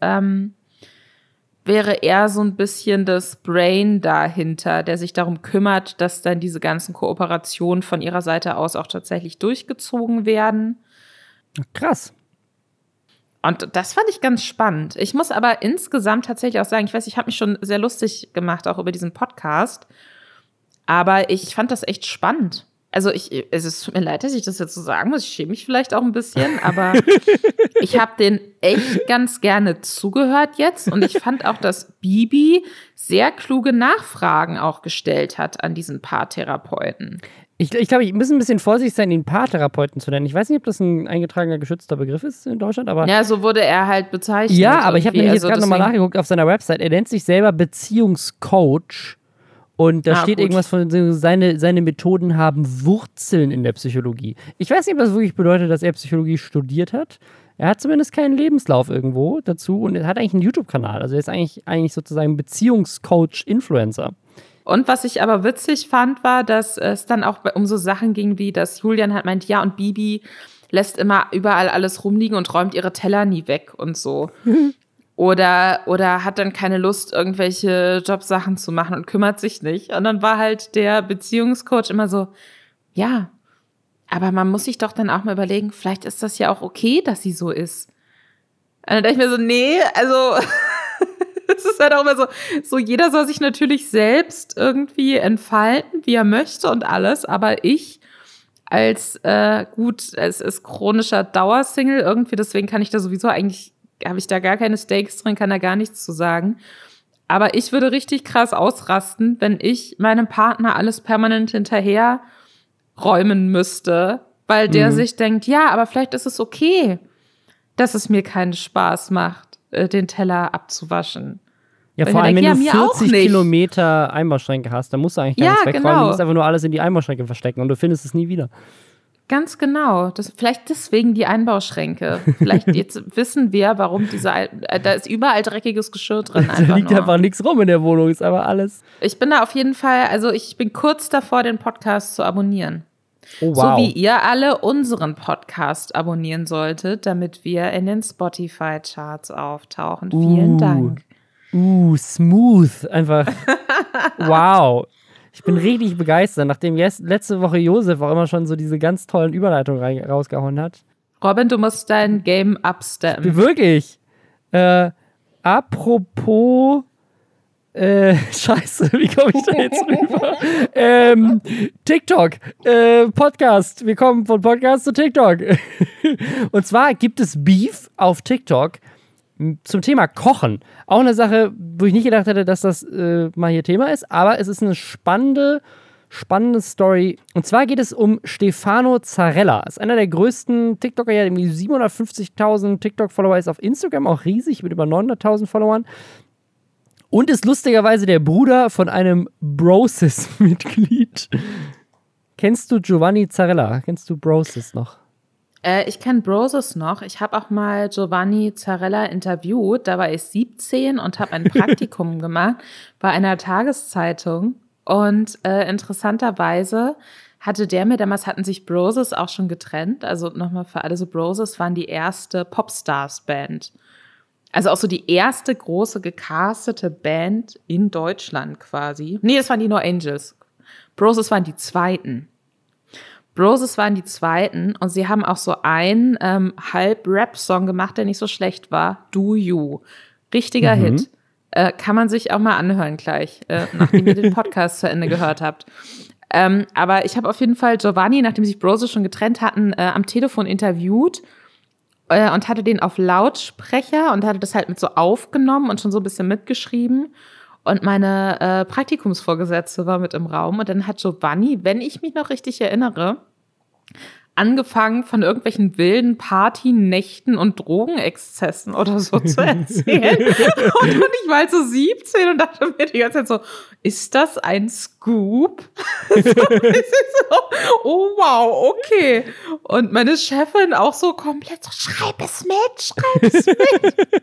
wäre er so ein bisschen das Brain dahinter, der sich darum kümmert, dass dann diese ganzen Kooperationen von ihrer Seite aus auch tatsächlich durchgezogen werden. Krass. Und das fand ich ganz spannend. Ich muss aber insgesamt tatsächlich auch sagen, ich habe mich schon sehr lustig gemacht, auch über diesen Podcast. Aber ich fand das echt spannend. Also es tut mir leid, dass ich das jetzt so sagen muss. Ich schäme mich vielleicht auch ein bisschen, aber ich habe den echt ganz gerne zugehört jetzt. Und ich fand auch, dass Bibi sehr kluge Nachfragen auch gestellt hat an diesen Paartherapeuten. Ich glaube, ich muss ein bisschen vorsichtig sein, ihn Paartherapeuten zu nennen. Ich weiß nicht, ob das ein eingetragener, geschützter Begriff ist in Deutschland, aber... Ja, so wurde er halt bezeichnet. Ja, aber ich habe nämlich jetzt gerade nochmal nachgeguckt auf seiner Website. Er nennt sich selber Beziehungscoach. Und da steht irgendwas von, seine Methoden haben Wurzeln in der Psychologie. Ich weiß nicht, ob das wirklich bedeutet, dass er Psychologie studiert hat. Er hat zumindest keinen Lebenslauf irgendwo dazu und er hat eigentlich einen YouTube-Kanal. Also er ist eigentlich sozusagen Beziehungscoach-Influencer. Und was ich aber witzig fand, war, dass es dann auch um so Sachen ging, wie dass Julian halt meint, ja, und Bibi lässt immer überall alles rumliegen und räumt ihre Teller nie weg und so. Oder hat dann keine Lust, irgendwelche Jobsachen zu machen und kümmert sich nicht. Und dann war halt der Beziehungscoach immer so, ja, aber man muss sich doch dann auch mal überlegen, vielleicht ist das ja auch okay, dass sie so ist. Und dann dachte ich mir so, nee, also es ist halt auch immer so jeder soll sich natürlich selbst irgendwie entfalten, wie er möchte und alles, aber ich als es ist chronischer Dauersingle irgendwie, deswegen kann ich da sowieso eigentlich habe ich da gar keine Stakes drin, kann da gar nichts zu sagen. Aber ich würde richtig krass ausrasten, wenn ich meinem Partner alles permanent hinterher räumen müsste, weil der sich denkt, ja, aber vielleicht ist es okay, dass es mir keinen Spaß macht, den Teller abzuwaschen. Ja, vor allem, wenn du 40 Kilometer Einbauschränke hast, dann musst du eigentlich gar nichts wegräumen. Genau. Du musst einfach nur alles in die Einbauschränke verstecken und du findest es nie wieder. Ganz genau. Vielleicht deswegen die Einbauschränke. Vielleicht jetzt wissen wir, warum da ist überall dreckiges Geschirr drin. Da liegt einfach nichts rum in der Wohnung, ist aber alles. Ich bin da auf jeden Fall, also ich bin kurz davor, den Podcast zu abonnieren. Oh, wow. So wie ihr alle unseren Podcast abonnieren solltet, damit wir in den Spotify-Charts auftauchen. Vielen Dank. Smooth. Einfach, wow. Ich bin richtig begeistert, nachdem letzte Woche Josef auch immer schon so diese ganz tollen Überleitungen rausgehauen hat. Robin, du musst dein Game upsteppen. Wirklich. Apropos Scheiße, wie komme ich da jetzt rüber? TikTok, Podcast. Wir kommen von Podcast zu TikTok. Und zwar gibt es Beef auf TikTok zum Thema Kochen. Auch eine Sache, wo ich nicht gedacht hätte, dass das mal hier Thema ist, aber es ist eine spannende Story. Und zwar geht es um Stefano Zarella. Ist einer der größten TikToker, ja, irgendwie 750.000 TikTok-Follower, ist auf Instagram auch riesig mit über 900.000 Followern. Und ist lustigerweise der Bruder von einem Brosis-Mitglied. Kennst du Giovanni Zarella? Kennst du Brosis noch? Ich kenne Brosis noch. Ich habe auch mal Giovanni Zarella interviewt. Da war ich 17 und habe ein Praktikum gemacht bei einer Tageszeitung. Und interessanterweise hatten sich Brosis auch schon getrennt. Also nochmal für alle, so Brosis waren die erste Popstars-Band. Also auch so die erste große gecastete Band in Deutschland quasi. Nee, das waren die No Angels. Brosis waren die zweiten. Und sie haben auch so einen Halb-Rap-Song gemacht, der nicht so schlecht war. Do You. Richtiger Hit. Kann man sich auch mal anhören gleich, nachdem ihr den Podcast zu Ende gehört habt. Aber ich habe auf jeden Fall Giovanni, nachdem sich Brosis schon getrennt hatten, am Telefon interviewt und hatte den auf Lautsprecher und hatte das halt mit so aufgenommen und schon so ein bisschen mitgeschrieben. Und meine Praktikumsvorgesetzte war mit im Raum und dann hat Giovanni, wenn ich mich noch richtig erinnere, angefangen von irgendwelchen wilden Partynächten und Drogenexzessen oder so zu erzählen. Und ich war halt so 17 und dachte mir die ganze Zeit so, ist das ein Scoop? So, oh wow, okay. Und meine Chefin auch so komplett so, schreib es mit.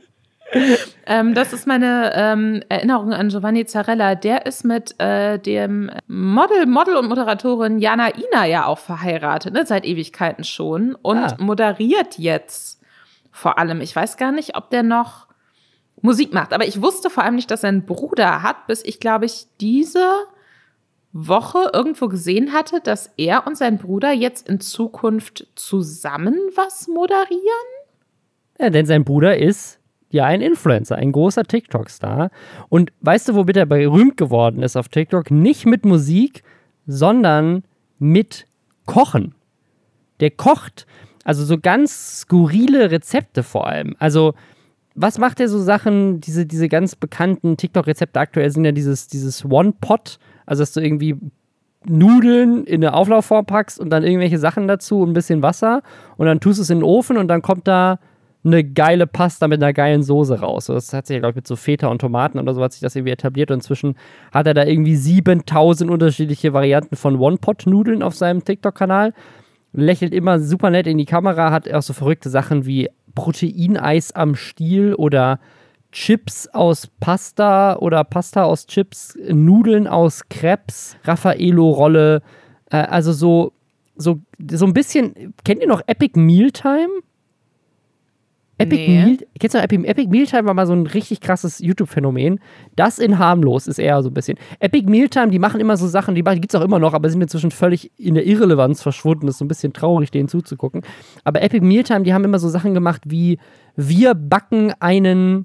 Das ist meine Erinnerung an Giovanni Zarella. Der ist mit dem Model und Moderatorin Jana Ina ja auch verheiratet, ne? Seit Ewigkeiten schon. Und moderiert jetzt vor allem. Ich weiß gar nicht, ob der noch Musik macht. Aber ich wusste vor allem nicht, dass er einen Bruder hat, bis ich, glaube ich, diese Woche irgendwo gesehen hatte, dass er und sein Bruder jetzt in Zukunft zusammen was moderieren. Ja, denn sein Bruder ist ja ein Influencer, ein großer TikTok-Star. Und weißt du, womit er berühmt geworden ist auf TikTok? Nicht mit Musik, sondern mit Kochen. Der kocht, also so ganz skurrile Rezepte vor allem. Also, was macht er so Sachen, diese ganz bekannten TikTok-Rezepte aktuell sind ja dieses One-Pot, also dass du irgendwie Nudeln in eine Auflaufform packst und dann irgendwelche Sachen dazu und ein bisschen Wasser und dann tust du es in den Ofen und dann kommt da eine geile Pasta mit einer geilen Soße raus. So, das hat sich ja, glaube ich, mit so Feta und Tomaten oder so hat sich das irgendwie etabliert und inzwischen hat er da irgendwie 7000 unterschiedliche Varianten von One-Pot-Nudeln auf seinem TikTok-Kanal. Lächelt immer super nett in die Kamera, hat auch so verrückte Sachen wie Proteineis am Stiel oder Chips aus Pasta oder Pasta aus Chips, Nudeln aus Crepes, Raffaello-Rolle, also so ein bisschen, kennt ihr noch Epic Mealtime? Kennst du Epic Mealtime war mal so ein richtig krasses YouTube-Phänomen. Das in harmlos ist eher so ein bisschen. Epic Mealtime, die machen immer so Sachen, die gibt es auch immer noch, aber sind inzwischen völlig in der Irrelevanz verschwunden. Das ist so ein bisschen traurig, denen zuzugucken. Aber Epic Mealtime, die haben immer so Sachen gemacht wie, wir backen einen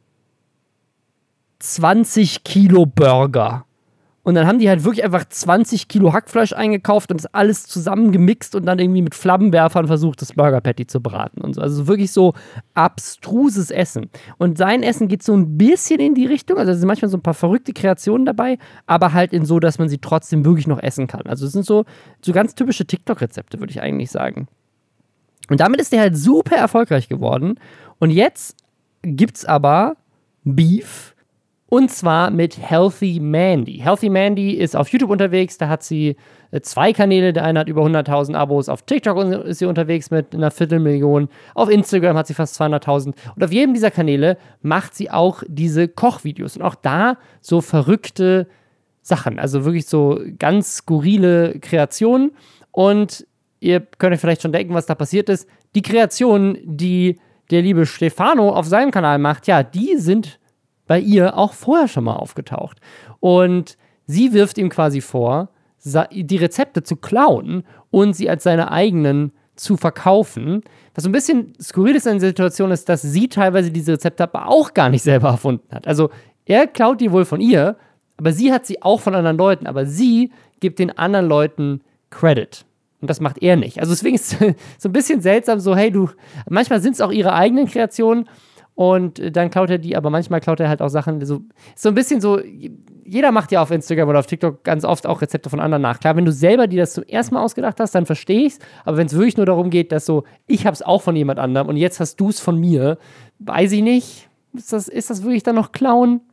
20 Kilo Burger. Und dann haben die halt wirklich einfach 20 Kilo Hackfleisch eingekauft und das alles zusammengemixt und dann irgendwie mit Flammenwerfern versucht, das Burger Patty zu braten und so. Also wirklich so abstruses Essen. Und sein Essen geht so ein bisschen in die Richtung, also es sind manchmal so ein paar verrückte Kreationen dabei, aber halt in so, dass man sie trotzdem wirklich noch essen kann. Also es sind so ganz typische TikTok-Rezepte, würde ich eigentlich sagen. Und damit ist der halt super erfolgreich geworden. Und jetzt gibt's aber Beef. Und zwar mit Healthy Mandy. Healthy Mandy ist auf YouTube unterwegs, da hat sie 2 Kanäle, der eine hat über 100.000 Abos, auf TikTok ist sie unterwegs mit einer Viertelmillion, auf Instagram hat sie fast 200.000 und auf jedem dieser Kanäle macht sie auch diese Kochvideos und auch da so verrückte Sachen, also wirklich so ganz skurrile Kreationen und ihr könnt euch vielleicht schon denken, was da passiert ist. Die Kreationen, die der liebe Stefano auf seinem Kanal macht, ja, die sind bei ihr auch vorher schon mal aufgetaucht. Und sie wirft ihm quasi vor, die Rezepte zu klauen und sie als seine eigenen zu verkaufen. Was so ein bisschen skurril ist in der Situation ist, dass sie teilweise diese Rezepte aber auch gar nicht selber erfunden hat. Also er klaut die wohl von ihr, aber sie hat sie auch von anderen Leuten. Aber sie gibt den anderen Leuten Credit. Und das macht er nicht. Also deswegen ist es so ein bisschen seltsam, so hey, manchmal sind es auch ihre eigenen Kreationen, und dann klaut er die, aber manchmal klaut er halt auch Sachen, so ein bisschen so, jeder macht ja auf Instagram oder auf TikTok ganz oft auch Rezepte von anderen nach. Klar, wenn du selber dir das zum ersten Mal ausgedacht hast, dann verstehe ich's, aber wenn es wirklich nur darum geht, dass so, ich hab's auch von jemand anderem und jetzt hast du es von mir, weiß ich nicht, ist das wirklich dann noch Klauen?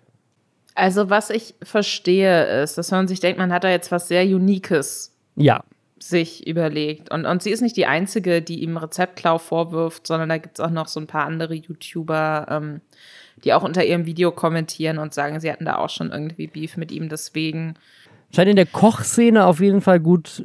Also was ich verstehe ist, dass man sich denkt, man hat da jetzt was sehr Uniques sich überlegt. Und sie ist nicht die Einzige, die ihm Rezeptklau vorwirft, sondern da gibt es auch noch so ein paar andere YouTuber, die auch unter ihrem Video kommentieren und sagen, sie hatten da auch schon irgendwie Beef mit ihm, deswegen. Scheint in der Kochszene auf jeden Fall gut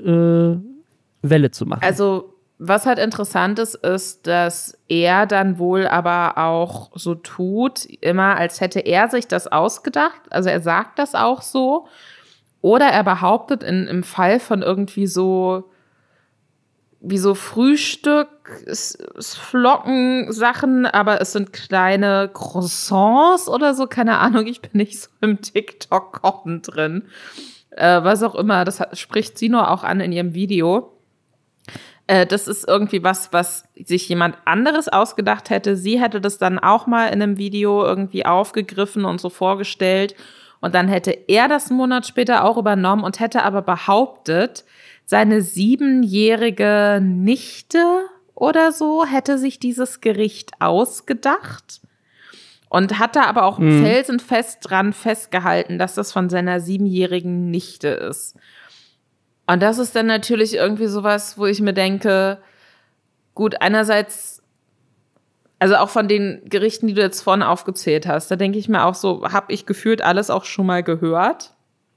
Welle zu machen. Also, was halt interessant ist, dass er dann wohl aber auch so tut, immer als hätte er sich das ausgedacht. Also er sagt das auch so. Oder er behauptet im Fall von irgendwie so wie so Frühstück-Flocken-Sachen, aber es sind kleine Croissants oder so, keine Ahnung, ich bin nicht so im TikTok-Kochen drin. Was auch immer, das spricht sie nur auch an in ihrem Video. Das ist irgendwie was sich jemand anderes ausgedacht hätte. Sie hätte das dann auch mal in einem Video irgendwie aufgegriffen und so vorgestellt. Und dann hätte er das einen Monat später auch übernommen und hätte aber behauptet, seine 7-jährige Nichte oder so hätte sich dieses Gericht ausgedacht und hat da aber auch felsenfest dran festgehalten, dass das von seiner 7-jährigen Nichte ist. Und das ist dann natürlich irgendwie sowas, wo ich mir denke, gut, einerseits, also auch von den Gerichten, die du jetzt vorne aufgezählt hast, da denke ich mir auch so, habe ich gefühlt alles auch schon mal gehört.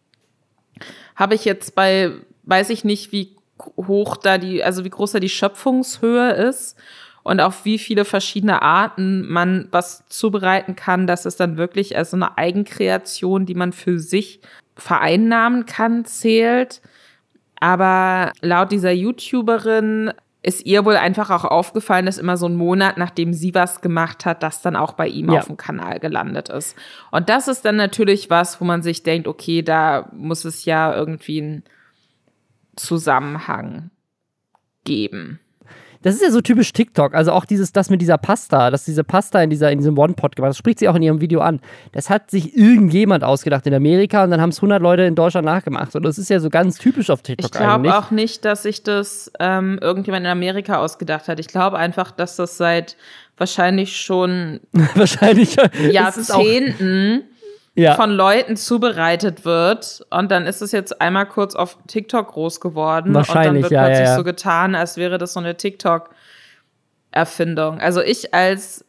Habe ich jetzt weiß ich nicht, wie groß da die Schöpfungshöhe ist und auf wie viele verschiedene Arten man was zubereiten kann, dass es dann wirklich als so eine Eigenkreation, die man für sich vereinnahmen kann, zählt. Aber laut dieser YouTuberin ist ihr wohl einfach auch aufgefallen, dass immer so einen Monat, nachdem sie was gemacht hat, das dann auch bei ihm auf dem Kanal gelandet ist. Und das ist dann natürlich was, wo man sich denkt, okay, da muss es ja irgendwie einen Zusammenhang geben. Das ist ja so typisch TikTok, also auch das mit dieser Pasta, dass diese Pasta in diesem One-Pot gemacht, das spricht sie auch in ihrem Video an. Das hat sich irgendjemand ausgedacht in Amerika und dann haben es 100 Leute in Deutschland nachgemacht. Und das ist ja so ganz typisch auf TikTok eigentlich. Ich glaube auch nicht, dass sich das irgendjemand in Amerika ausgedacht hat. Ich glaube einfach, dass das seit wahrscheinlich schon Jahrzehnten von Leuten zubereitet wird und dann ist es jetzt einmal kurz auf TikTok groß geworden und dann wird plötzlich so getan, als wäre das so eine TikTok-Erfindung. Also ich als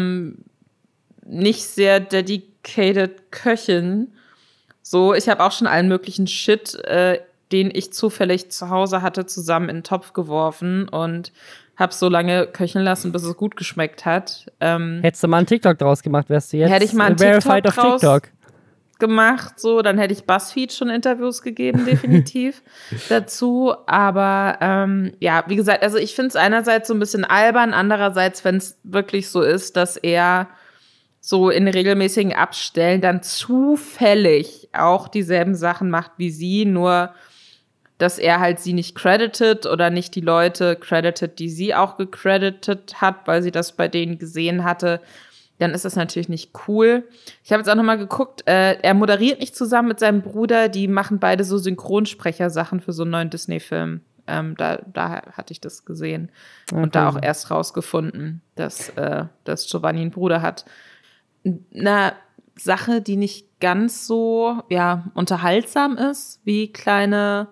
nicht sehr dedicated Köchin, ich habe auch schon allen möglichen Shit, den ich zufällig zu Hause hatte, zusammen in den Topf geworfen und habe so lange köcheln lassen, bis es gut geschmeckt hat. Hättest du mal einen TikTok draus gemacht, wärst du jetzt hätte ich mal einen TikTok auf TikTok gemacht, dann hätte ich BuzzFeed schon Interviews gegeben, definitiv dazu. Aber wie gesagt, also ich finde es einerseits so ein bisschen albern, andererseits, wenn es wirklich so ist, dass er so in regelmäßigen Abstellen dann zufällig auch dieselben Sachen macht wie sie, nur dass er halt sie nicht credited oder nicht die Leute credited, die sie auch gecredited hat, weil sie das bei denen gesehen hatte, dann ist das natürlich nicht cool. Ich habe jetzt auch nochmal geguckt, er moderiert nicht zusammen mit seinem Bruder, die machen beide so Synchronsprechersachen für so einen neuen Disney-Film. Da hatte ich das gesehen und da auch erst rausgefunden, dass Giovanni einen Bruder hat. Eine Sache, die nicht ganz so unterhaltsam ist, wie kleine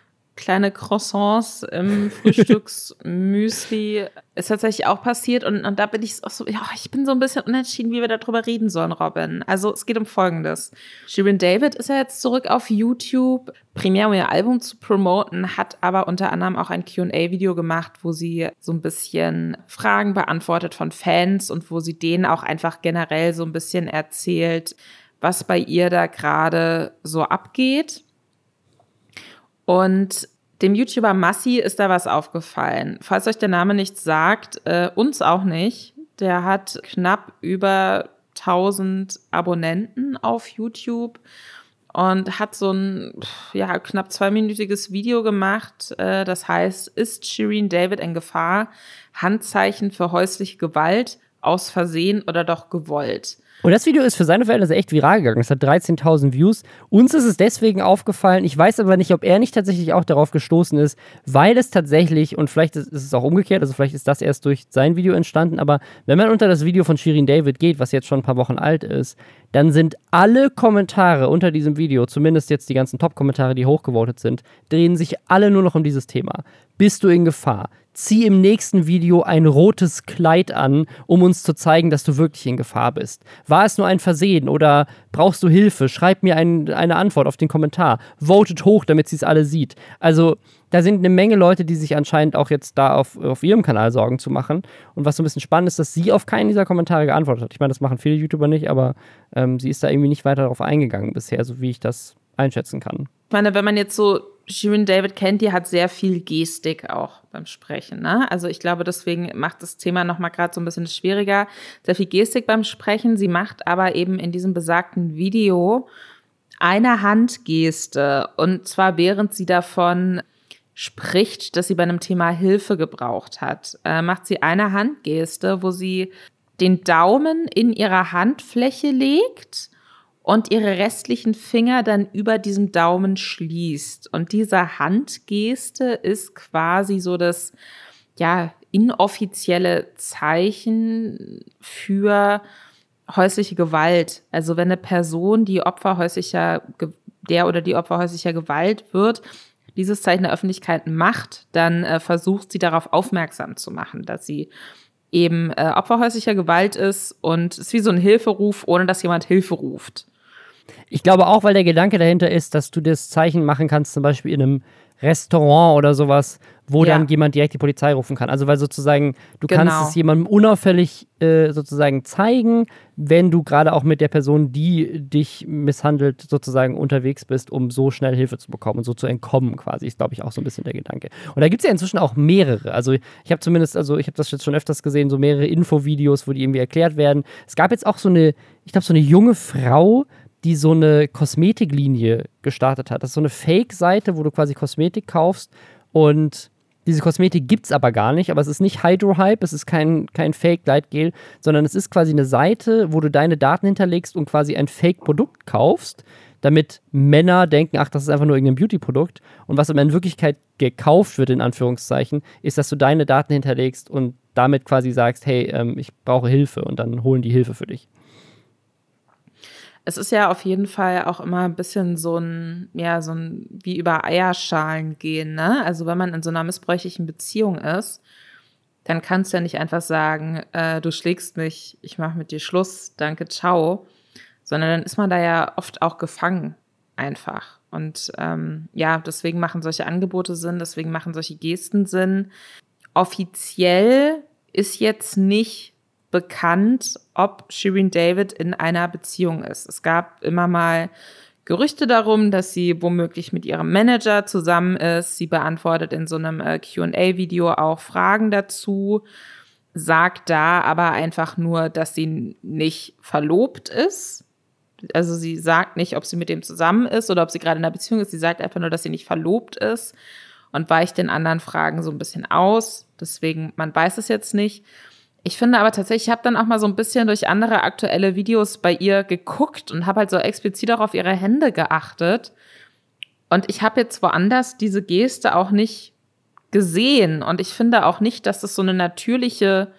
Croissants im Frühstücksmüsli ist tatsächlich auch passiert und da bin ich auch so, ich bin so ein bisschen unentschieden, wie wir darüber reden sollen, Robin. Also es geht um Folgendes. Shirin David ist ja jetzt zurück auf YouTube, primär um ihr Album zu promoten, hat aber unter anderem auch ein Q&A-Video gemacht, wo sie so ein bisschen Fragen beantwortet von Fans und wo sie denen auch einfach generell so ein bisschen erzählt, was bei ihr da gerade so abgeht. Und dem YouTuber Massi ist da was aufgefallen. Falls euch der Name nichts sagt, uns auch nicht. Der hat knapp über 1000 Abonnenten auf YouTube und hat so ein knapp 2-minütiges Video gemacht. Das heißt, ist Shirin David in Gefahr? Handzeichen für häusliche Gewalt, aus Versehen oder doch gewollt. Und das Video ist für seine Verhältnisse echt viral gegangen. Es hat 13.000 Views. Uns ist es deswegen aufgefallen. Ich weiß aber nicht, ob er nicht tatsächlich auch darauf gestoßen ist, weil es tatsächlich, und vielleicht ist es auch umgekehrt, also vielleicht ist das erst durch sein Video entstanden, aber wenn man unter das Video von Shirin David geht, was jetzt schon ein paar Wochen alt ist, dann sind alle Kommentare unter diesem Video, zumindest jetzt die ganzen Top-Kommentare, die hochgevotet sind, drehen sich alle nur noch um dieses Thema. Bist du in Gefahr? Zieh im nächsten Video ein rotes Kleid an, um uns zu zeigen, dass du wirklich in Gefahr bist. War es nur ein Versehen oder brauchst du Hilfe? Schreib mir eine Antwort auf den Kommentar. Votet hoch, damit sie es alle sieht. Also da sind eine Menge Leute, die sich anscheinend auch jetzt da auf ihrem Kanal Sorgen zu machen. Und was so ein bisschen spannend ist, dass sie auf keinen dieser Kommentare geantwortet hat. Ich meine, das machen viele YouTuber nicht, aber sie ist da irgendwie nicht weiter darauf eingegangen bisher, so wie ich das einschätzen kann. Ich meine, wenn man jetzt so Shirin David kennt, die hat sehr viel Gestik auch beim Sprechen, ne? Also ich glaube, deswegen macht das Thema nochmal gerade so ein bisschen schwieriger. Sehr viel Gestik beim Sprechen. Sie macht aber eben in diesem besagten Video eine Handgeste. Und zwar während sie davon spricht, dass sie bei einem Thema Hilfe gebraucht hat, macht sie eine Handgeste, wo sie den Daumen in ihrer Handfläche legt und ihre restlichen Finger dann über diesem Daumen schließt. Und diese Handgeste ist quasi so das, ja, inoffizielle Zeichen für häusliche Gewalt. Also wenn eine Person, der oder die Opfer häuslicher Gewalt wird, dieses Zeichen der Öffentlichkeit macht, dann versucht sie darauf aufmerksam zu machen, dass sie eben Opfer häuslicher Gewalt ist, und es ist wie so ein Hilferuf, ohne dass jemand Hilfe ruft. Ich glaube auch, weil der Gedanke dahinter ist, dass du das Zeichen machen kannst, zum Beispiel in einem Restaurant oder sowas, wo dann jemand direkt die Polizei rufen kann. Also weil sozusagen, du kannst es jemandem unauffällig sozusagen zeigen, wenn du gerade auch mit der Person, die dich misshandelt, sozusagen unterwegs bist, um so schnell Hilfe zu bekommen und so zu entkommen quasi, ist, glaube ich, auch so ein bisschen der Gedanke. Und da gibt es ja inzwischen auch mehrere. Also ich habe das jetzt schon öfters gesehen, so mehrere Infovideos, wo die irgendwie erklärt werden. Es gab jetzt auch so eine junge Frau, die so eine Kosmetiklinie gestartet hat. Das ist so eine Fake-Seite, wo du quasi Kosmetik kaufst, und diese Kosmetik gibt's aber gar nicht, aber es ist nicht Hydro-Hype, es ist kein Fake-Gleitgel, sondern es ist quasi eine Seite, wo du deine Daten hinterlegst und quasi ein Fake-Produkt kaufst, damit Männer denken, ach, das ist einfach nur irgendein Beauty-Produkt. Und was aber in Wirklichkeit gekauft wird, in Anführungszeichen, ist, dass du deine Daten hinterlegst und damit quasi sagst, hey, ich brauche Hilfe, und dann holen die Hilfe für dich. Es ist ja auf jeden Fall auch immer ein bisschen so ein wie über Eierschalen gehen, ne? Also wenn man in so einer missbräuchlichen Beziehung ist, dann kannst du ja nicht einfach sagen, du schlägst mich, ich mache mit dir Schluss, danke, ciao. Sondern dann ist man da ja oft auch gefangen einfach. Und deswegen machen solche Angebote Sinn, deswegen machen solche Gesten Sinn. Offiziell ist jetzt nicht bekannt, ob Shirin David in einer Beziehung ist. Es gab immer mal Gerüchte darum, dass sie womöglich mit ihrem Manager zusammen ist. Sie beantwortet in so einem Q&A-Video auch Fragen dazu, sagt da aber einfach nur, dass sie nicht verlobt ist. Also sie sagt nicht, ob sie mit dem zusammen ist oder ob sie gerade in einer Beziehung ist. Sie sagt einfach nur, dass sie nicht verlobt ist und weicht den anderen Fragen so ein bisschen aus. Deswegen, man weiß es jetzt nicht. Ich finde aber tatsächlich, ich habe dann auch mal so ein bisschen durch andere aktuelle Videos bei ihr geguckt und habe halt so explizit auch auf ihre Hände geachtet. Und ich habe jetzt woanders diese Geste auch nicht gesehen. Und ich finde auch nicht, dass das so eine natürliche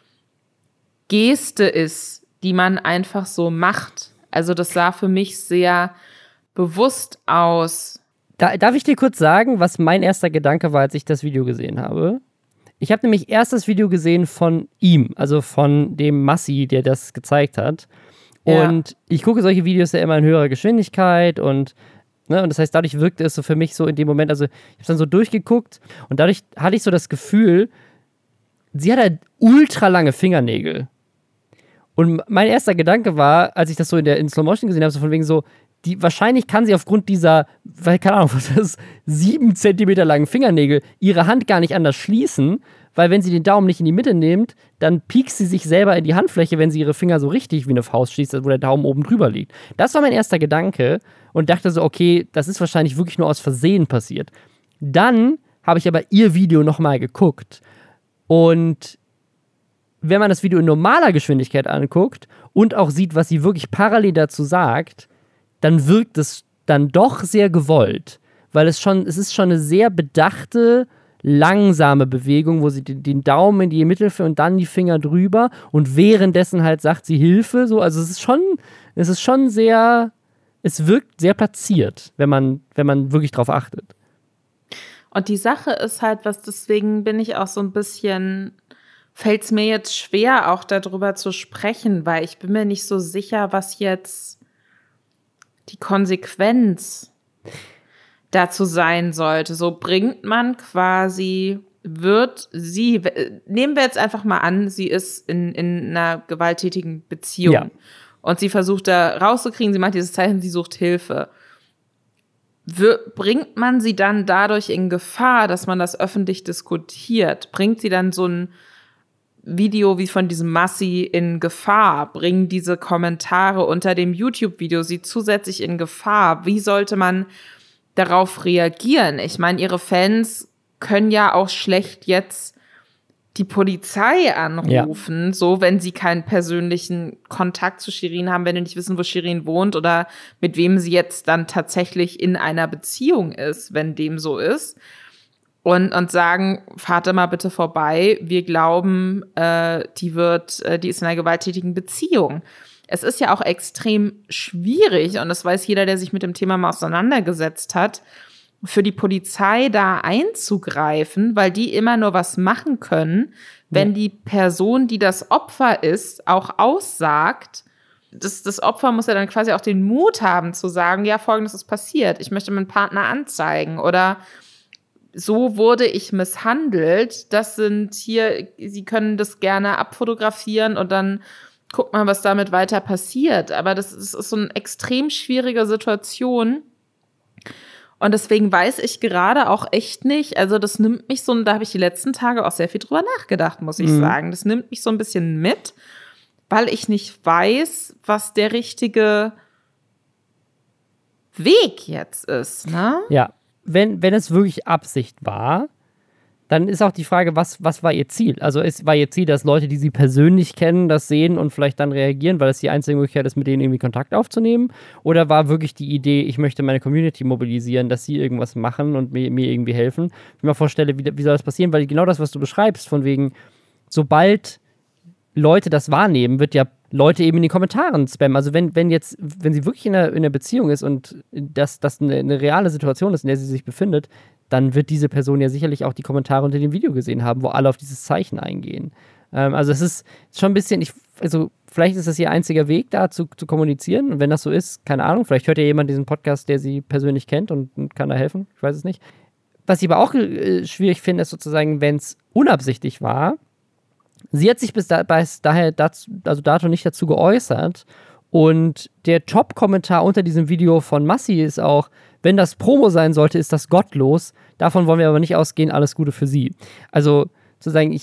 Geste ist, die man einfach so macht. Also das sah für mich sehr bewusst aus. Darf ich dir kurz sagen, was mein erster Gedanke war, als ich das Video gesehen habe? Ich habe nämlich erst das Video gesehen von ihm, also von dem Massi, der das gezeigt hat. Und ich gucke solche Videos ja immer in höherer Geschwindigkeit und das heißt, dadurch wirkte es so für mich so in dem Moment, also ich habe dann so durchgeguckt und dadurch hatte ich so das Gefühl, sie hat halt ultra lange Fingernägel. Und mein erster Gedanke war, als ich das so in Slow Motion gesehen habe, so von wegen so, wahrscheinlich kann sie aufgrund dieser, keine Ahnung, was das ist, 7 Zentimeter langen Fingernägel ihre Hand gar nicht anders schließen, weil wenn sie den Daumen nicht in die Mitte nimmt, dann piekst sie sich selber in die Handfläche, wenn sie ihre Finger so richtig wie eine Faust schließt, wo der Daumen oben drüber liegt. Das war mein erster Gedanke und dachte so, okay, das ist wahrscheinlich wirklich nur aus Versehen passiert. Dann habe ich aber ihr Video nochmal geguckt und wenn man das Video in normaler Geschwindigkeit anguckt und auch sieht, was sie wirklich parallel dazu sagt, dann wirkt es dann doch sehr gewollt, weil es ist schon eine sehr bedachte, langsame Bewegung, wo sie den Daumen in die Mittelfinger und dann die Finger drüber und währenddessen halt sagt sie Hilfe, so, also es ist schon sehr, es wirkt sehr platziert, wenn man wirklich drauf achtet. Und die Sache ist halt, deswegen bin ich auch so ein bisschen, fällt es mir jetzt schwer, auch darüber zu sprechen, weil ich bin mir nicht so sicher, was jetzt die Konsequenz dazu sein sollte. So bringt man quasi, nehmen wir jetzt einfach mal an, sie ist in einer gewalttätigen Beziehung. Ja. Und sie versucht da rauszukriegen, sie macht dieses Zeichen, sie sucht Hilfe. Bringt man sie dann dadurch in Gefahr, dass man das öffentlich diskutiert? Bringt sie dann so ein Video wie von diesem Massi in Gefahr? Bringen diese Kommentare unter dem YouTube-Video sie zusätzlich in Gefahr? Wie sollte man darauf reagieren? Ich meine, ihre Fans können ja auch schlecht jetzt die Polizei anrufen, so, wenn sie keinen persönlichen Kontakt zu Shirin haben, wenn sie nicht wissen, wo Shirin wohnt oder mit wem sie jetzt dann tatsächlich in einer Beziehung ist, wenn dem so ist. Und sagen, fahrt mal bitte vorbei, wir glauben, die ist in einer gewalttätigen Beziehung. Es ist ja auch extrem schwierig, und das weiß jeder, der sich mit dem Thema mal auseinandergesetzt hat, für die Polizei da einzugreifen, weil die immer nur was machen können, wenn die Person, die das Opfer ist, auch aussagt. Das Opfer muss ja dann quasi auch den Mut haben zu sagen, ja, Folgendes ist passiert, ich möchte meinen Partner anzeigen oder so wurde ich misshandelt, Sie können das gerne abfotografieren und dann guckt mal, was damit weiter passiert. Aber das ist so eine extrem schwierige Situation. Und deswegen weiß ich gerade auch echt nicht, also das nimmt mich so, da habe ich die letzten Tage auch sehr viel drüber nachgedacht, muss ich sagen. Das nimmt mich so ein bisschen mit, weil ich nicht weiß, was der richtige Weg jetzt ist, ne? Ja. Wenn es wirklich Absicht war, dann ist auch die Frage, was war ihr Ziel? Also war ihr Ziel, dass Leute, die sie persönlich kennen, das sehen und vielleicht dann reagieren, weil es die einzige Möglichkeit ist, mit denen irgendwie Kontakt aufzunehmen? Oder war wirklich die Idee, ich möchte meine Community mobilisieren, dass sie irgendwas machen und mir irgendwie helfen? Ich mir mal vorstelle, wie soll das passieren? Weil genau das, was du beschreibst, von wegen, sobald Leute das wahrnehmen, wird ja Leute eben in den Kommentaren spammen. Also wenn sie wirklich in einer Beziehung ist und das eine reale Situation ist, in der sie sich befindet, dann wird diese Person ja sicherlich auch die Kommentare unter dem Video gesehen haben, wo alle auf dieses Zeichen eingehen. Also es ist schon ein bisschen, vielleicht ist das ihr einziger Weg, da zu kommunizieren. Und wenn das so ist, keine Ahnung, vielleicht hört ja jemand diesen Podcast, der sie persönlich kennt und kann da helfen. Ich weiß es nicht. Was ich aber auch schwierig finde, ist sozusagen, wenn es unabsichtlich war. Sie hat sich bis dato nicht dazu geäußert. Und der Top-Kommentar unter diesem Video von Massi ist auch, wenn das Promo sein sollte, ist das gottlos. Davon wollen wir aber nicht ausgehen, alles Gute für sie. Also sozusagen,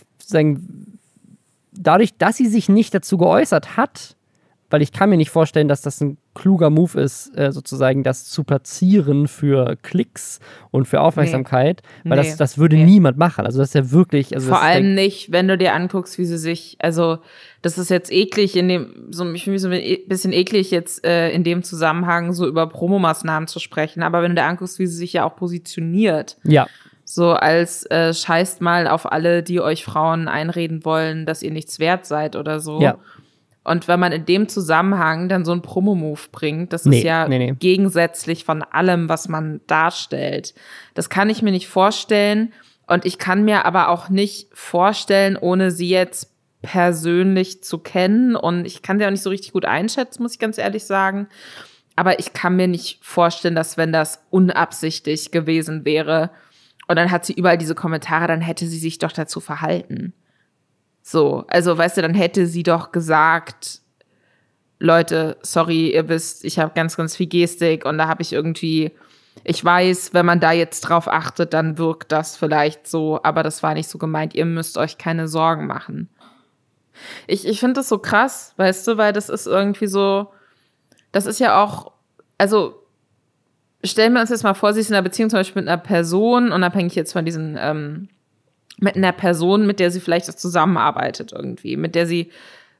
dadurch, dass sie sich nicht dazu geäußert hat, weil ich kann mir nicht vorstellen, dass das ein kluger Move ist, sozusagen das zu platzieren für Klicks und für Aufmerksamkeit, weil das würde niemand machen. Also das ist ja wirklich... Also vor allem nicht, wenn du dir anguckst, wie sie sich, also das ist jetzt eklig ich finde mich so ein bisschen eklig jetzt in dem Zusammenhang so über Promomaßnahmen zu sprechen, aber wenn du dir anguckst, wie sie sich ja auch positioniert. Ja. So als scheißt mal auf alle, die euch Frauen einreden wollen, dass ihr nichts wert seid oder so. Ja. Und wenn man in dem Zusammenhang dann so einen Promo-Move bringt, das ist ja gegensätzlich von allem, was man darstellt. Das kann ich mir nicht vorstellen. Und ich kann mir aber auch nicht vorstellen, ohne sie jetzt persönlich zu kennen. Und ich kann sie auch nicht so richtig gut einschätzen, muss ich ganz ehrlich sagen. Aber ich kann mir nicht vorstellen, dass wenn das unabsichtlich gewesen wäre und dann hat sie überall diese Kommentare, dann hätte sie sich doch dazu verhalten. So, also weißt du, dann hätte sie doch gesagt, Leute, sorry, ihr wisst, ich habe ganz, ganz viel Gestik und da habe ich irgendwie, ich weiß, wenn man da jetzt drauf achtet, dann wirkt das vielleicht so, aber das war nicht so gemeint, ihr müsst euch keine Sorgen machen. Ich finde das so krass, weißt du, weil das ist irgendwie so, das ist ja auch, also stellen wir uns jetzt mal vor, sie ist in einer Beziehung zum Beispiel mit einer Person, unabhängig jetzt von diesen mit einer Person, mit der sie vielleicht auch zusammenarbeitet irgendwie, mit der sie,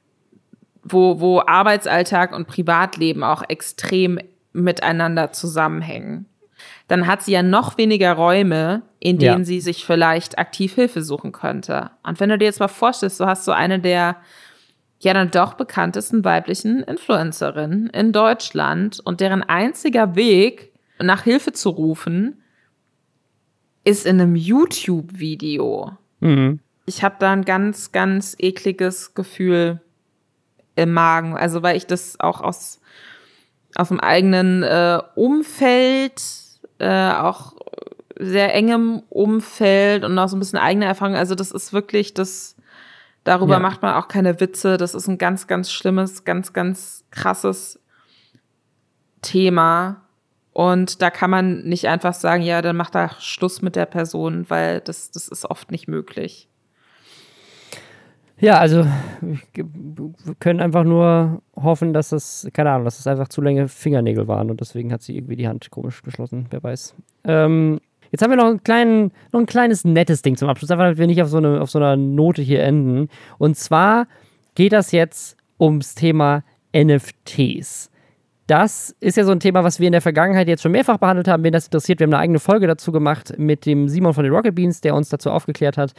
wo Arbeitsalltag und Privatleben auch extrem miteinander zusammenhängen. Dann hat sie ja noch weniger Räume, in denen sie sich vielleicht aktiv Hilfe suchen könnte. Und wenn du dir jetzt mal vorstellst, du hast so eine der ja dann doch bekanntesten weiblichen Influencerinnen in Deutschland und deren einziger Weg, nach Hilfe zu rufen, ist in einem YouTube-Video. Mhm. Ich habe da ein ganz, ganz ekliges Gefühl im Magen. Also weil ich das auch aus dem eigenen Umfeld, auch sehr engem Umfeld und auch so ein bisschen eigene Erfahrung. Also das ist wirklich, darüber macht man auch keine Witze. Das ist ein ganz, ganz schlimmes, ganz, ganz krasses Thema. Und da kann man nicht einfach sagen, ja, dann macht er Schluss mit der Person, weil das ist oft nicht möglich. Ja, also wir können einfach nur hoffen, dass es einfach zu lange Fingernägel waren und deswegen hat sie irgendwie die Hand komisch geschlossen, wer weiß. Jetzt haben wir noch ein kleines nettes Ding zum Abschluss, einfach damit wir nicht auf so einer Note hier enden. Und zwar geht das jetzt ums Thema NFTs. Das ist ja so ein Thema, was wir in der Vergangenheit jetzt schon mehrfach behandelt haben. Wen das interessiert, wir haben eine eigene Folge dazu gemacht mit dem Simon von den Rocket Beans, der uns dazu aufgeklärt hat.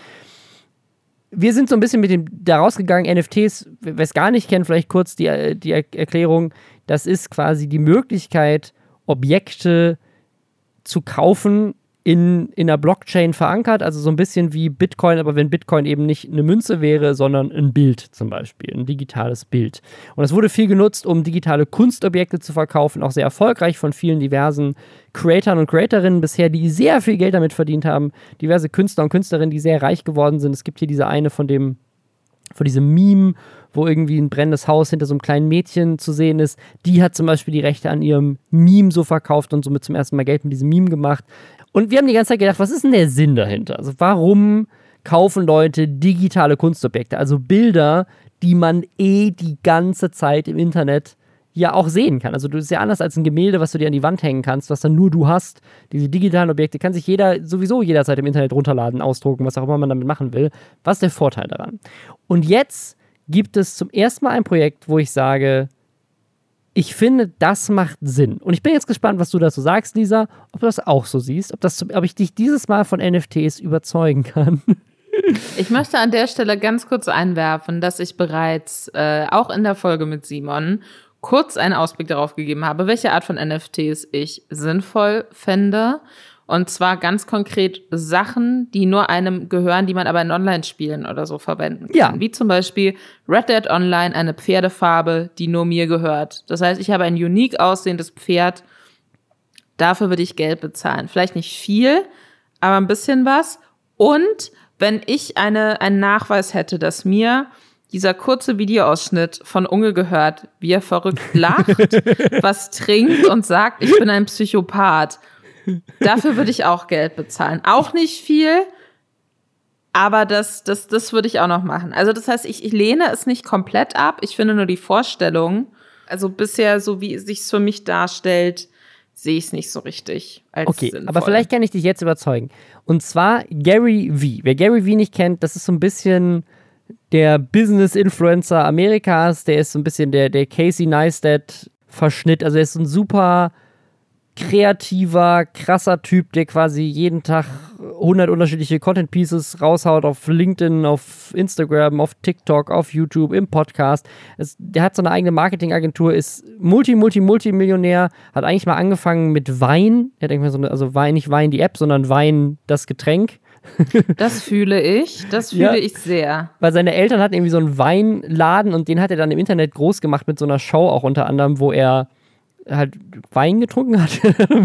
Wir sind so ein bisschen mit dem da rausgegangen, NFTs, wer es gar nicht kennt, vielleicht kurz die Erklärung. Das ist quasi die Möglichkeit, Objekte zu kaufen, in einer Blockchain verankert, also so ein bisschen wie Bitcoin, aber wenn Bitcoin eben nicht eine Münze wäre, sondern ein Bild zum Beispiel, ein digitales Bild. Und das wurde viel genutzt, um digitale Kunstobjekte zu verkaufen, auch sehr erfolgreich von vielen diversen Creatoren und Creatorinnen bisher, die sehr viel Geld damit verdient haben, diverse Künstler und Künstlerinnen, die sehr reich geworden sind. Es gibt hier diese eine von diesem Meme, wo irgendwie ein brennendes Haus hinter so einem kleinen Mädchen zu sehen ist. Die hat zum Beispiel die Rechte an ihrem Meme so verkauft und somit zum ersten Mal Geld mit diesem Meme gemacht. Und wir haben die ganze Zeit gedacht, was ist denn der Sinn dahinter? Also warum kaufen Leute digitale Kunstobjekte, also Bilder, die man die ganze Zeit im Internet ja auch sehen kann. Also das ist ja anders als ein Gemälde, was du dir an die Wand hängen kannst, was dann nur du hast. Diese digitalen Objekte kann sich jeder sowieso jederzeit im Internet runterladen, ausdrucken, was auch immer man damit machen will. Was ist der Vorteil daran? Und jetzt gibt es zum ersten Mal ein Projekt, wo ich sage, ich finde, das macht Sinn. Und ich bin jetzt gespannt, was du dazu sagst, Lisa, ob du das auch so siehst, ob ich dich dieses Mal von NFTs überzeugen kann. Ich möchte an der Stelle ganz kurz einwerfen, dass ich bereits auch in der Folge mit Simon kurz einen Ausblick darauf gegeben habe, welche Art von NFTs ich sinnvoll fände. Und zwar ganz konkret Sachen, die nur einem gehören, die man aber in Online-Spielen oder so verwenden kann. Ja. Wie zum Beispiel Red Dead Online, eine Pferdefarbe, die nur mir gehört. Das heißt, ich habe ein unique aussehendes Pferd. Dafür würde ich Geld bezahlen. Vielleicht nicht viel, aber ein bisschen was. Und wenn ich einen Nachweis hätte, dass mir dieser kurze Videoausschnitt von Unge gehört, wie er verrückt lacht, was trinkt und sagt, ich bin ein Psychopath. Dafür würde ich auch Geld bezahlen. Auch nicht viel, aber das würde ich auch noch machen. Also das heißt, ich lehne es nicht komplett ab. Ich finde nur die Vorstellung, also bisher, so wie es sich für mich darstellt, sehe ich es nicht so richtig als sinnvoll. Aber vielleicht kann ich dich jetzt überzeugen. Und zwar Gary Vee. Wer Gary Vee nicht kennt, das ist so ein bisschen der Business-Influencer Amerikas. Der ist so ein bisschen der Casey Neistat-Verschnitt. Also er ist so ein super kreativer, krasser Typ, der quasi jeden Tag 100 unterschiedliche Content-Pieces raushaut auf LinkedIn, auf Instagram, auf TikTok, auf YouTube, im Podcast. Der hat so eine eigene Marketingagentur, ist Multimillionär, hat eigentlich mal angefangen mit Wein. Er denkt mal also Wein, nicht Wein die App, sondern Wein das Getränk. Das fühle ich sehr. Weil seine Eltern hatten irgendwie so einen Weinladen und den hat er dann im Internet groß gemacht mit so einer Show auch unter anderem, wo er halt Wein getrunken hat.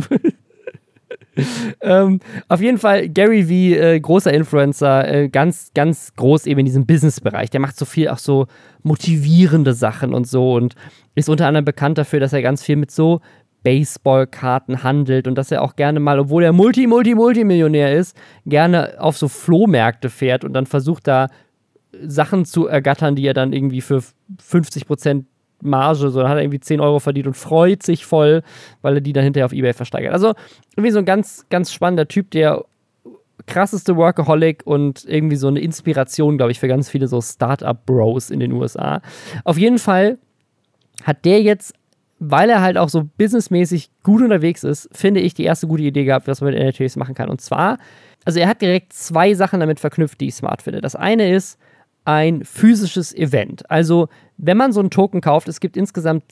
Auf jeden Fall Gary Vee, großer Influencer, ganz, ganz groß eben in diesem Business-Bereich. Der macht so viel auch so motivierende Sachen und so und ist unter anderem bekannt dafür, dass er ganz viel mit so Baseballkarten handelt und dass er auch gerne mal, obwohl er Multimillionär ist, gerne auf so Flohmärkte fährt und dann versucht da Sachen zu ergattern, die er dann irgendwie für 50% Marge, so, dann hat er irgendwie 10 Euro verdient und freut sich voll, weil er die dann hinterher auf eBay versteigert. Also irgendwie so ein ganz, ganz spannender Typ, der krasseste Workaholic und irgendwie so eine Inspiration, glaube ich, für ganz viele so Startup-Bros in den USA. Auf jeden Fall hat der jetzt, weil er halt auch so businessmäßig gut unterwegs ist, finde ich, die erste gute Idee gehabt, was man mit NFTs machen kann. Und zwar, also er hat direkt 2 Sachen damit verknüpft, die ich smart finde. Das eine ist ein physisches Event. Also, wenn man so einen Token kauft, es gibt insgesamt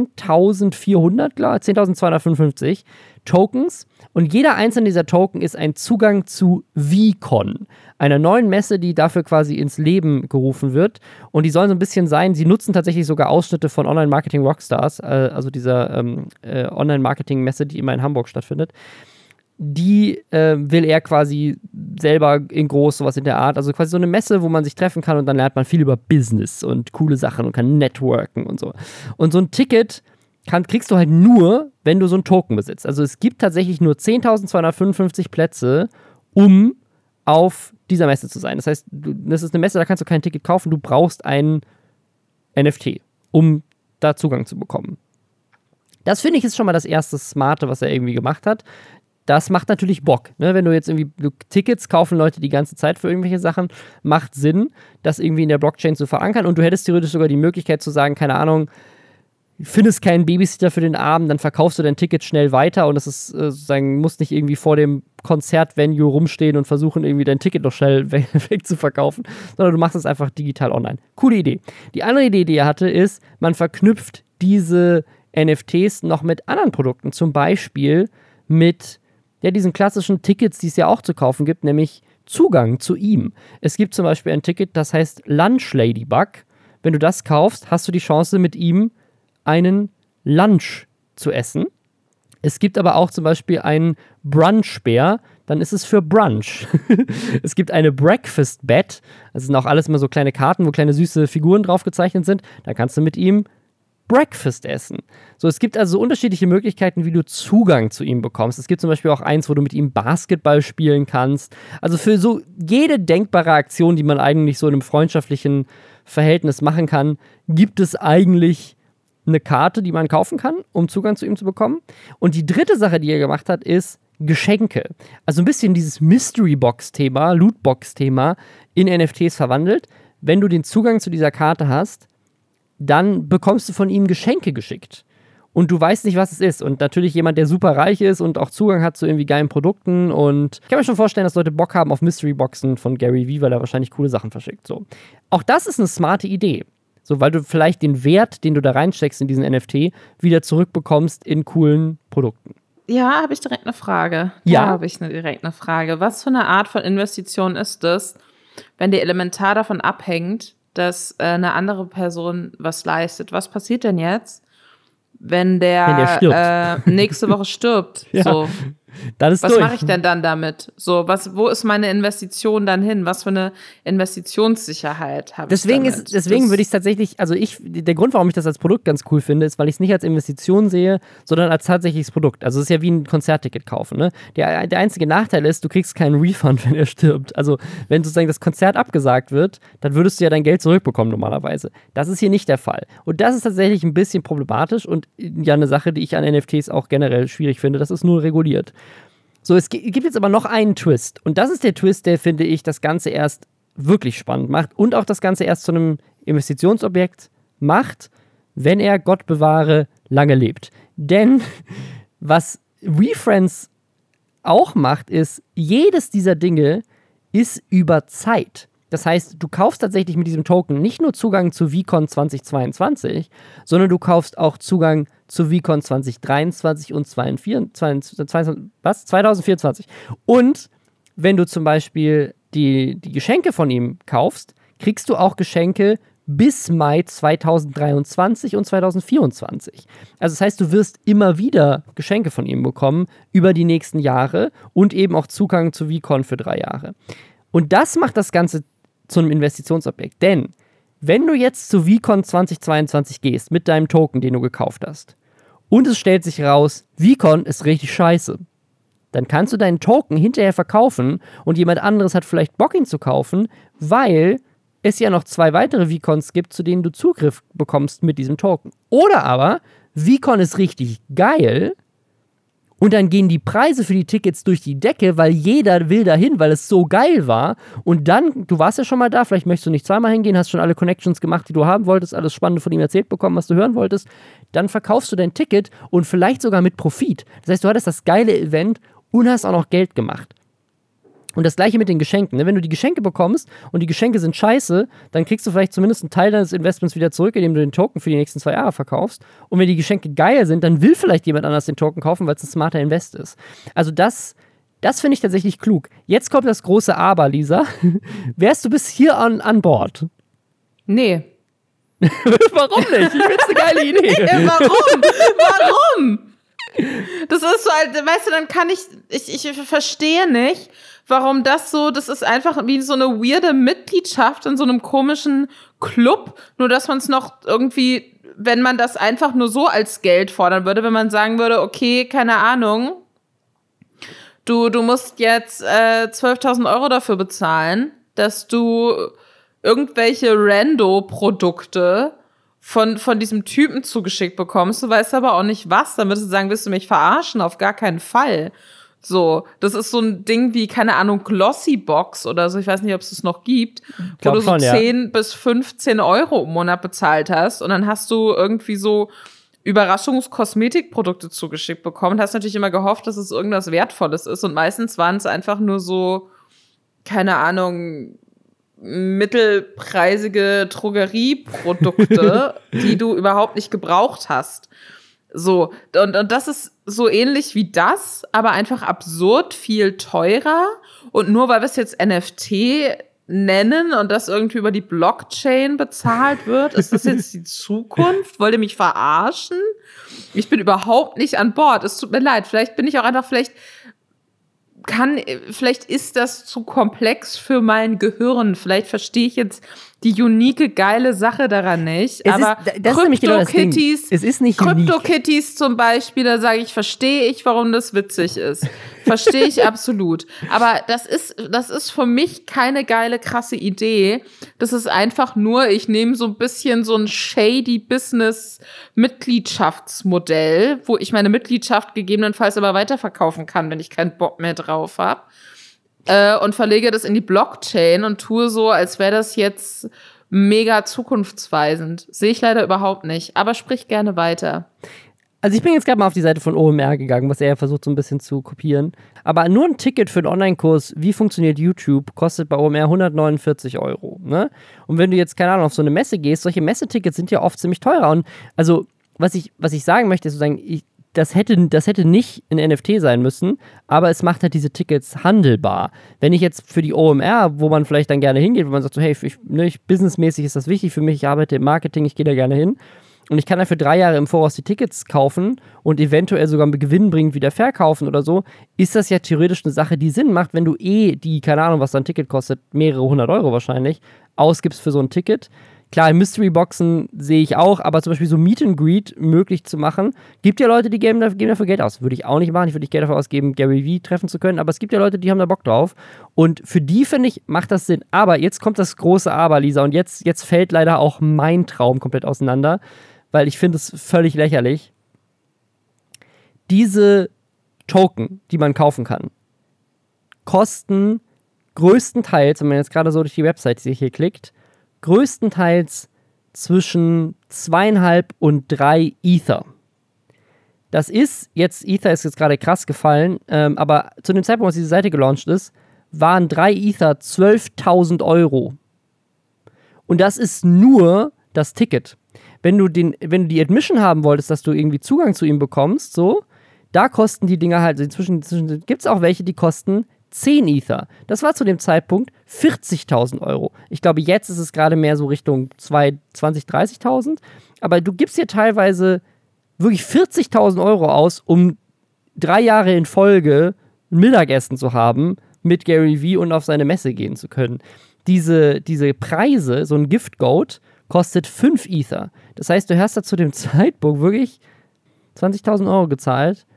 10.255 Tokens und jeder einzelne dieser Token ist ein Zugang zu VCon, einer neuen Messe, die dafür quasi ins Leben gerufen wird. Und die sollen so ein bisschen sein, sie nutzen tatsächlich sogar Ausschnitte von Online-Marketing Rockstars, also dieser Online-Marketing-Messe, die immer in Hamburg stattfindet. Die will er quasi selber in groß, sowas in der Art. Also quasi so eine Messe, wo man sich treffen kann und dann lernt man viel über Business und coole Sachen und kann networken und so. Und so ein Ticket kriegst du halt nur, wenn du so einen Token besitzt. Also es gibt tatsächlich nur 10.255 Plätze, um auf dieser Messe zu sein. Das heißt, das ist eine Messe, da kannst du kein Ticket kaufen, du brauchst ein NFT, um da Zugang zu bekommen. Das finde ich ist schon mal das erste Smarte, was er irgendwie gemacht hat. das macht natürlich Bock. Ne? Wenn du jetzt irgendwie Tickets kaufen Leute die ganze Zeit für irgendwelche Sachen, macht Sinn, das irgendwie in der Blockchain zu verankern. Und du hättest theoretisch sogar die Möglichkeit zu sagen, keine Ahnung, findest keinen Babysitter für den Abend, dann verkaufst du dein Ticket schnell weiter und das ist sozusagen, musst nicht irgendwie vor dem Konzertvenue rumstehen und versuchen, irgendwie dein Ticket noch schnell weg zu verkaufen, sondern du machst es einfach digital online. Coole Idee. Die andere Idee, die er hatte, ist, man verknüpft diese NFTs noch mit anderen Produkten, zum Beispiel mit diesen klassischen Tickets, die es ja auch zu kaufen gibt, nämlich Zugang zu ihm. Es gibt zum Beispiel ein Ticket, das heißt Lunch Ladybug. Wenn du das kaufst, hast du die Chance, mit ihm einen Lunch zu essen. Es gibt aber auch zum Beispiel einen Brunch-Bär, dann ist es für Brunch. Es gibt eine Breakfast-Bed, das sind auch alles immer so kleine Karten, wo kleine süße Figuren drauf gezeichnet sind. Da kannst du mit ihm Breakfast essen. So, es gibt also unterschiedliche Möglichkeiten, wie du Zugang zu ihm bekommst. Es gibt zum Beispiel auch eins, wo du mit ihm Basketball spielen kannst. Also für so jede denkbare Aktion, die man eigentlich so in einem freundschaftlichen Verhältnis machen kann, gibt es eigentlich eine Karte, die man kaufen kann, um Zugang zu ihm zu bekommen. Und die dritte Sache, die er gemacht hat, ist Geschenke. Also ein bisschen dieses Mystery-Box-Thema, Loot-Box-Thema in NFTs verwandelt. Wenn du den Zugang zu dieser Karte hast, dann bekommst du von ihm Geschenke geschickt. Und du weißt nicht, was es ist. Und natürlich jemand, der super reich ist und auch Zugang hat zu irgendwie geilen Produkten. Und ich kann mir schon vorstellen, dass Leute Bock haben auf Mystery-Boxen von Gary Vee, weil er wahrscheinlich coole Sachen verschickt. So. Auch das ist eine smarte Idee. So, weil du vielleicht den Wert, den du da reinsteckst in diesen NFT, wieder zurückbekommst in coolen Produkten. Ja, habe ich direkt eine Frage. Ja, habe ich direkt eine Frage. Was für eine Art von Investition ist das, wenn die elementar davon abhängt, dass eine andere Person was leistet? Was passiert denn jetzt, wenn der stirbt. Nächste Woche stirbt? Ja. So. Dann ist Was mache ich denn dann damit? So, wo ist meine Investition dann hin? Was für eine Investitionssicherheit habe ich damit? Deswegen würde ich es tatsächlich, der Grund, warum ich das als Produkt ganz cool finde, ist, weil ich es nicht als Investition sehe, sondern als tatsächliches Produkt. Also es ist ja wie ein Konzertticket kaufen. Ne? Der einzige Nachteil ist, du kriegst keinen Refund, wenn er stirbt. Also wenn sozusagen das Konzert abgesagt wird, dann würdest du ja dein Geld zurückbekommen normalerweise. Das ist hier nicht der Fall. Und das ist tatsächlich ein bisschen problematisch und ja eine Sache, die ich an NFTs auch generell schwierig finde. Das ist nur reguliert. So, es gibt jetzt aber noch einen Twist. Und das ist der Twist, der, finde ich, das Ganze erst wirklich spannend macht und auch das Ganze erst zu einem Investitionsobjekt macht, wenn er, Gott bewahre, lange lebt. Denn was WeFriends auch macht, ist, jedes dieser Dinge ist über Zeit. Das heißt, du kaufst tatsächlich mit diesem Token nicht nur Zugang zu VCon 2022, sondern du kaufst auch Zugang zu VCon 2023 und 2024. Und wenn du zum Beispiel die Geschenke von ihm kaufst, kriegst du auch Geschenke bis Mai 2023 und 2024. Also das heißt, du wirst immer wieder Geschenke von ihm bekommen über die nächsten Jahre und eben auch Zugang zu VCon für 3 Jahre. Und das macht das Ganze zu einem Investitionsobjekt. Denn wenn du jetzt zu VCon 2022 gehst mit deinem Token, den du gekauft hast, und es stellt sich raus, VCon ist richtig scheiße, dann kannst du deinen Token hinterher verkaufen und jemand anderes hat vielleicht Bock, ihn zu kaufen, weil es ja noch 2 weitere VCons gibt, zu denen du Zugriff bekommst mit diesem Token. Oder aber, VCon ist richtig geil und dann gehen die Preise für die Tickets durch die Decke, weil jeder will dahin, weil es so geil war. Und dann, du warst ja schon mal da, vielleicht möchtest du nicht zweimal hingehen, hast schon alle Connections gemacht, die du haben wolltest, alles Spannende von ihm erzählt bekommen, was du hören wolltest. Dann verkaufst du dein Ticket und vielleicht sogar mit Profit. Das heißt, du hattest das geile Event und hast auch noch Geld gemacht. Und das gleiche mit den Geschenken. Ne? Wenn du die Geschenke bekommst und die Geschenke sind scheiße, dann kriegst du vielleicht zumindest einen Teil deines Investments wieder zurück, indem du den Token für die nächsten 2 Jahre verkaufst. Und wenn die Geschenke geil sind, dann will vielleicht jemand anders den Token kaufen, weil es ein smarter Invest ist. Also das finde ich tatsächlich klug. Jetzt kommt das große Aber, Lisa. Wärst du bis hier an Bord? Nee. Warum nicht? Ich find's eine geile Idee. Warum? Das ist so, weißt du, dann kann ich verstehe nicht, warum das ist einfach wie so eine weirde Mitgliedschaft in so einem komischen Club, nur dass man es noch irgendwie, wenn man das einfach nur so als Geld fordern würde, wenn man sagen würde, okay, keine Ahnung, du musst jetzt 12.000 Euro dafür bezahlen, dass du irgendwelche Rando-Produkte von diesem Typen zugeschickt bekommst, du weißt aber auch nicht was, dann würdest du sagen, willst du mich verarschen? Auf gar keinen Fall. So, das ist so ein Ding wie, keine Ahnung, Glossybox oder so, ich weiß nicht, ob es das noch gibt, wo du so 10 bis 15 Euro im Monat bezahlt hast und dann hast du irgendwie so Überraschungskosmetikprodukte zugeschickt bekommen. Hast natürlich immer gehofft, dass es irgendwas Wertvolles ist und meistens waren es einfach nur so, keine Ahnung, mittelpreisige Drogerieprodukte, die du überhaupt nicht gebraucht hast. So, und das ist so ähnlich wie das, aber einfach absurd viel teurer. Und nur weil wir es jetzt NFT nennen und das irgendwie über die Blockchain bezahlt wird, ist das jetzt die Zukunft? Wollt ihr mich verarschen? Ich bin überhaupt nicht an Bord. Es tut mir leid. Vielleicht bin ich auch einfach, vielleicht ist das zu komplex für mein Gehirn. Vielleicht verstehe ich jetzt die unique, geile Sache daran nicht. Aber Crypto-Kitties, es ist nicht Crypto-Kitties zum Beispiel, da sage ich, verstehe ich, warum das witzig ist. Verstehe ich absolut. Aber das ist für mich keine geile, krasse Idee. Das ist einfach nur, ich nehme so ein bisschen so ein shady Business-Mitgliedschaftsmodell, wo ich meine Mitgliedschaft gegebenenfalls aber weiterverkaufen kann, wenn ich keinen Bock mehr drauf habe. Und verlege das in die Blockchain und tue so, als wäre das jetzt mega zukunftsweisend. Sehe ich leider überhaupt nicht. Aber sprich gerne weiter. Also ich bin jetzt gerade mal auf die Seite von OMR gegangen, was er versucht so ein bisschen zu kopieren. Aber nur ein Ticket für einen Online-Kurs, wie funktioniert YouTube, kostet bei OMR 149 Euro. Ne? Und wenn du jetzt, keine Ahnung, auf so eine Messe gehst, solche Messetickets sind ja oft ziemlich teurer. Und also, was ich sagen möchte, ist sozusagen, das hätte nicht ein NFT sein müssen, aber es macht halt diese Tickets handelbar. Wenn ich jetzt für die OMR, wo man vielleicht dann gerne hingeht, wo man sagt so, hey, businessmäßig ist das wichtig für mich, ich arbeite im Marketing, ich gehe da gerne hin und ich kann dann für 3 Jahre im Voraus die Tickets kaufen und eventuell sogar mit Gewinn bringend wieder verkaufen oder so, ist das ja theoretisch eine Sache, die Sinn macht, wenn du die, keine Ahnung, was da ein Ticket kostet, mehrere 100 Euro wahrscheinlich, ausgibst für so ein Ticket. Klar, Mystery-Boxen sehe ich auch, aber zum Beispiel so Meet and Greet möglich zu machen, gibt ja Leute, die geben dafür Geld aus. Würde ich auch nicht machen, ich würde nicht Geld dafür ausgeben, Gary Vee treffen zu können, aber es gibt ja Leute, die haben da Bock drauf und für die, finde ich, macht das Sinn. Aber jetzt kommt das große Aber, Lisa, und jetzt fällt leider auch mein Traum komplett auseinander, weil ich finde es völlig lächerlich. Diese Token, die man kaufen kann, kosten größtenteils, wenn man jetzt gerade so durch die Website hier klickt, größtenteils zwischen 2,5 und 3 Ether. Das ist jetzt, Ether ist jetzt gerade krass gefallen, aber zu dem Zeitpunkt, als diese Seite gelauncht ist, waren 3 Ether 12.000 Euro. Und das ist nur das Ticket. Wenn du die Admission haben wolltest, dass du irgendwie Zugang zu ihm bekommst, so, da kosten die Dinger halt, inzwischen gibt es auch welche, die kosten 10 Ether. Das war zu dem Zeitpunkt 40.000 Euro. Ich glaube, jetzt ist es gerade mehr so Richtung 20.000, 30.000. Aber du gibst hier teilweise wirklich 40.000 Euro aus, um 3 Jahre in Folge ein Mittagessen zu haben mit Gary Vee und auf seine Messe gehen zu können. Diese Preise, so ein Gift Goat, kostet 5 Ether. Das heißt, du hast da zu dem Zeitpunkt wirklich 20.000 Euro gezahlt,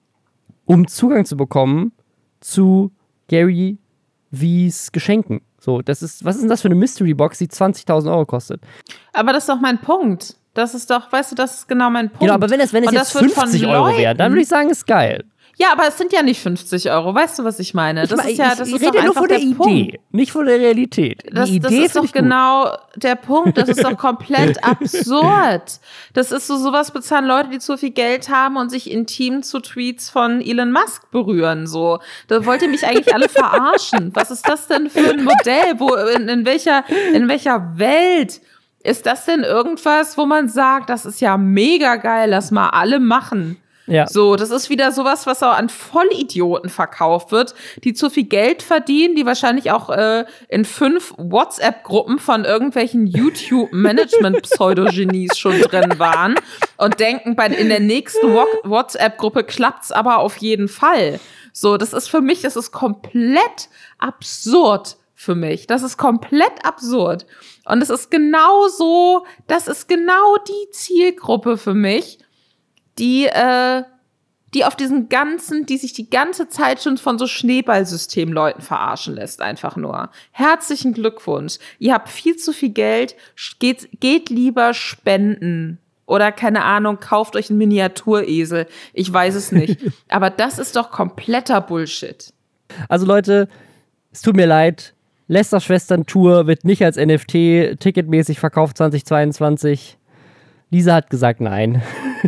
um Zugang zu bekommen zu Gary Vees Geschenken. So, was ist denn das für eine Mystery Box, die 20.000 Euro kostet? Aber das ist doch mein Punkt. Das ist doch, weißt du, das ist genau mein Punkt. Genau, aber wenn es jetzt 50 Euro wäre, dann würde ich sagen, ist geil. Ja, aber es sind ja nicht 50 Euro. Weißt du, was ich meine? Ich rede nur von der Idee, Punkt. nicht von der Realität. Das ist doch genau der Punkt. Das ist doch komplett absurd. Das ist sowas bezahlen Leute, die zu viel Geld haben und sich intim zu Tweets von Elon Musk berühren. So, da wollt ihr mich eigentlich alle verarschen. Was ist das denn für ein Modell? In welcher Welt ist das denn irgendwas, wo man sagt, das ist ja mega geil, lass mal alle machen? Ja. So, das ist wieder sowas, was auch an Vollidioten verkauft wird, die zu viel Geld verdienen, die wahrscheinlich auch in 5 WhatsApp-Gruppen von irgendwelchen YouTube-Management-Pseudogenies schon drin waren und denken, in der nächsten WhatsApp-Gruppe klappt's aber auf jeden Fall. So, das ist komplett absurd für mich. Das ist komplett absurd. Und das ist genau die Zielgruppe für mich, die auf die sich die ganze Zeit schon von so Schneeballsystemleuten verarschen lässt, einfach nur. Herzlichen Glückwunsch. Ihr habt viel zu viel Geld, geht lieber spenden. Oder keine Ahnung, kauft euch einen Miniaturesel. Ich weiß es nicht. Aber das ist doch kompletter Bullshit. Also Leute, es tut mir leid. Lästerschwestern-Tour wird nicht als NFT ticketmäßig verkauft 2022. Lisa hat gesagt nein.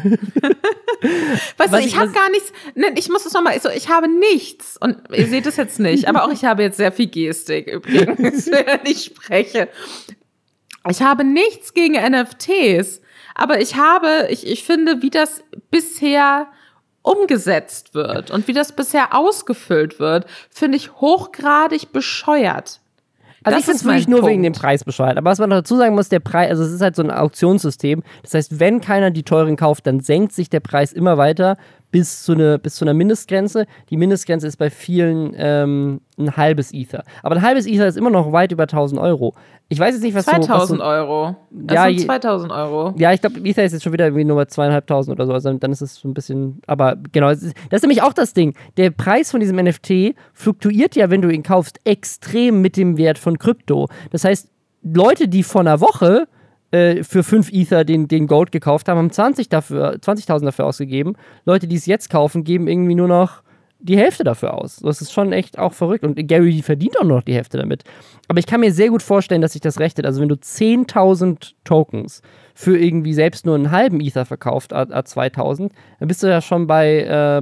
Weißt du, ich habe gar nichts. Ne, ich muss es nochmal. Ich habe nichts. Und ihr seht es jetzt nicht. Aber auch ich habe jetzt sehr viel Gestik übrigens, wenn ich spreche. Ich habe nichts gegen NFTs. Aber ich finde, wie das bisher umgesetzt wird und wie das bisher ausgefüllt wird, finde ich hochgradig bescheuert. Also ich finde es wirklich nur wegen dem Preis bescheuert. Aber was man dazu sagen muss, der Preis, also es ist halt so ein Auktionssystem. Das heißt, wenn keiner die teuren kauft, dann senkt sich der Preis immer weiter bis zu einer Mindestgrenze. Die Mindestgrenze ist bei vielen ein halbes Ether. Aber ein halbes Ether ist immer noch weit über 1.000 Euro. Ich weiß jetzt nicht, was 2.000 Euro. Ja, das sind 2.000 Euro. Ja, ich glaube, Ether ist jetzt schon wieder irgendwie nur bei 2.500 oder so. Also dann ist es so ein bisschen, aber genau, das ist nämlich auch das Ding. Der Preis von diesem NFT fluktuiert ja, wenn du ihn kaufst, extrem mit dem Wert von Krypto. Das heißt, Leute, die vor einer Woche für 5 Ether den Gold gekauft haben 20.000 dafür ausgegeben. Leute, die es jetzt kaufen, geben irgendwie nur noch die Hälfte dafür aus. Das ist schon echt auch verrückt. Und Gary verdient auch noch die Hälfte damit. Aber ich kann mir sehr gut vorstellen, dass sich das rechnet. Also wenn du 10.000 Tokens für irgendwie selbst nur einen halben Ether verkauft, A2.000, dann bist du ja schon bei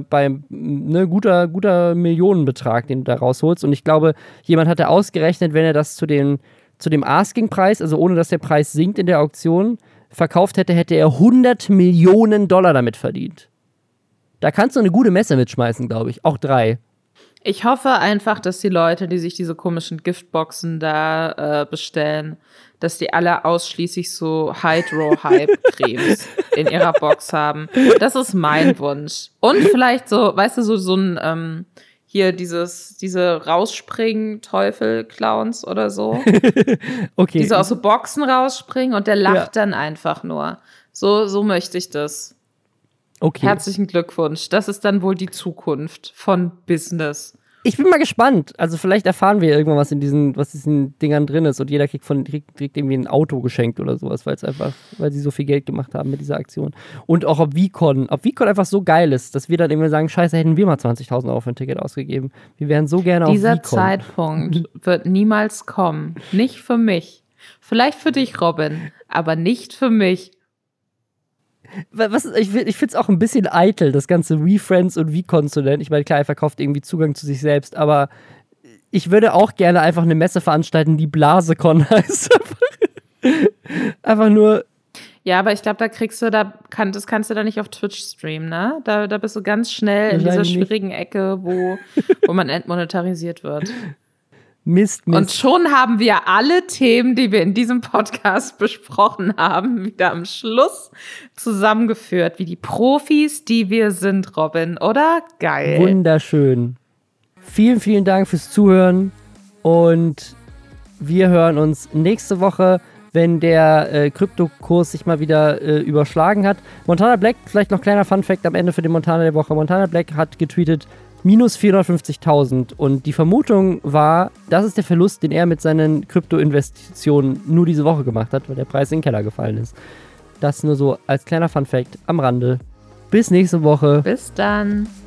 guter Millionenbetrag, den du da rausholst. Und ich glaube, jemand hatte ausgerechnet, wenn er das zu dem Asking-Preis, also ohne dass der Preis sinkt in der Auktion, verkauft hätte er $100 Millionen damit verdient. Da kannst du eine gute Messe mitschmeißen, glaube ich. Auch 3. Ich hoffe einfach, dass die Leute, die sich diese komischen Giftboxen da bestellen, dass die alle ausschließlich so Hydro-Hype-Cremes in ihrer Box haben. Das ist mein Wunsch. Und vielleicht so, weißt du, so ein hier diese Rausspringen-Teufel-Clowns oder so. Okay. Die so aus so Boxen rausspringen und der lacht dann einfach nur. So möchte ich das. Okay. Herzlichen Glückwunsch. Das ist dann wohl die Zukunft von Business. Ich bin mal gespannt. Also vielleicht erfahren wir irgendwann, was in diesen Dingern drin ist und jeder kriegt irgendwie ein Auto geschenkt oder sowas, weil sie so viel Geld gemacht haben mit dieser Aktion. Und auch ob VCon einfach so geil ist, dass wir dann irgendwie sagen, scheiße, hätten wir mal 20.000 Euro für ein Ticket ausgegeben. Wir wären so gerne auf VCon. Dieser Zeitpunkt wird niemals kommen. Nicht für mich. Vielleicht für dich, Robin, aber nicht für mich. Ich finde es auch ein bisschen eitel, das ganze WeFriends und VCon zu nennen. Ich meine, klar, er verkauft irgendwie Zugang zu sich selbst, aber ich würde auch gerne einfach eine Messe veranstalten, die BlaseCon heißt. Einfach nur. Ja, aber ich glaube, das kannst du da nicht auf Twitch streamen, ne? Da bist du ganz schnell in dieser schwierigen Ecke, wo man entmonetarisiert wird. Mist. Und schon haben wir alle Themen, die wir in diesem Podcast besprochen haben, wieder am Schluss zusammengeführt, wie die Profis, die wir sind, Robin, oder? Geil. Wunderschön. Vielen, vielen Dank fürs Zuhören und wir hören uns nächste Woche, wenn der Kryptokurs sich mal wieder überschlagen hat. Montana Black, vielleicht noch kleiner Funfact am Ende für den Montana der Woche. Montana Black hat getweetet, minus 450.000 und die Vermutung war, das ist der Verlust, den er mit seinen Krypto-Investitionen nur diese Woche gemacht hat, weil der Preis in den Keller gefallen ist. Das nur so als kleiner Funfact am Rande. Bis nächste Woche. Bis dann.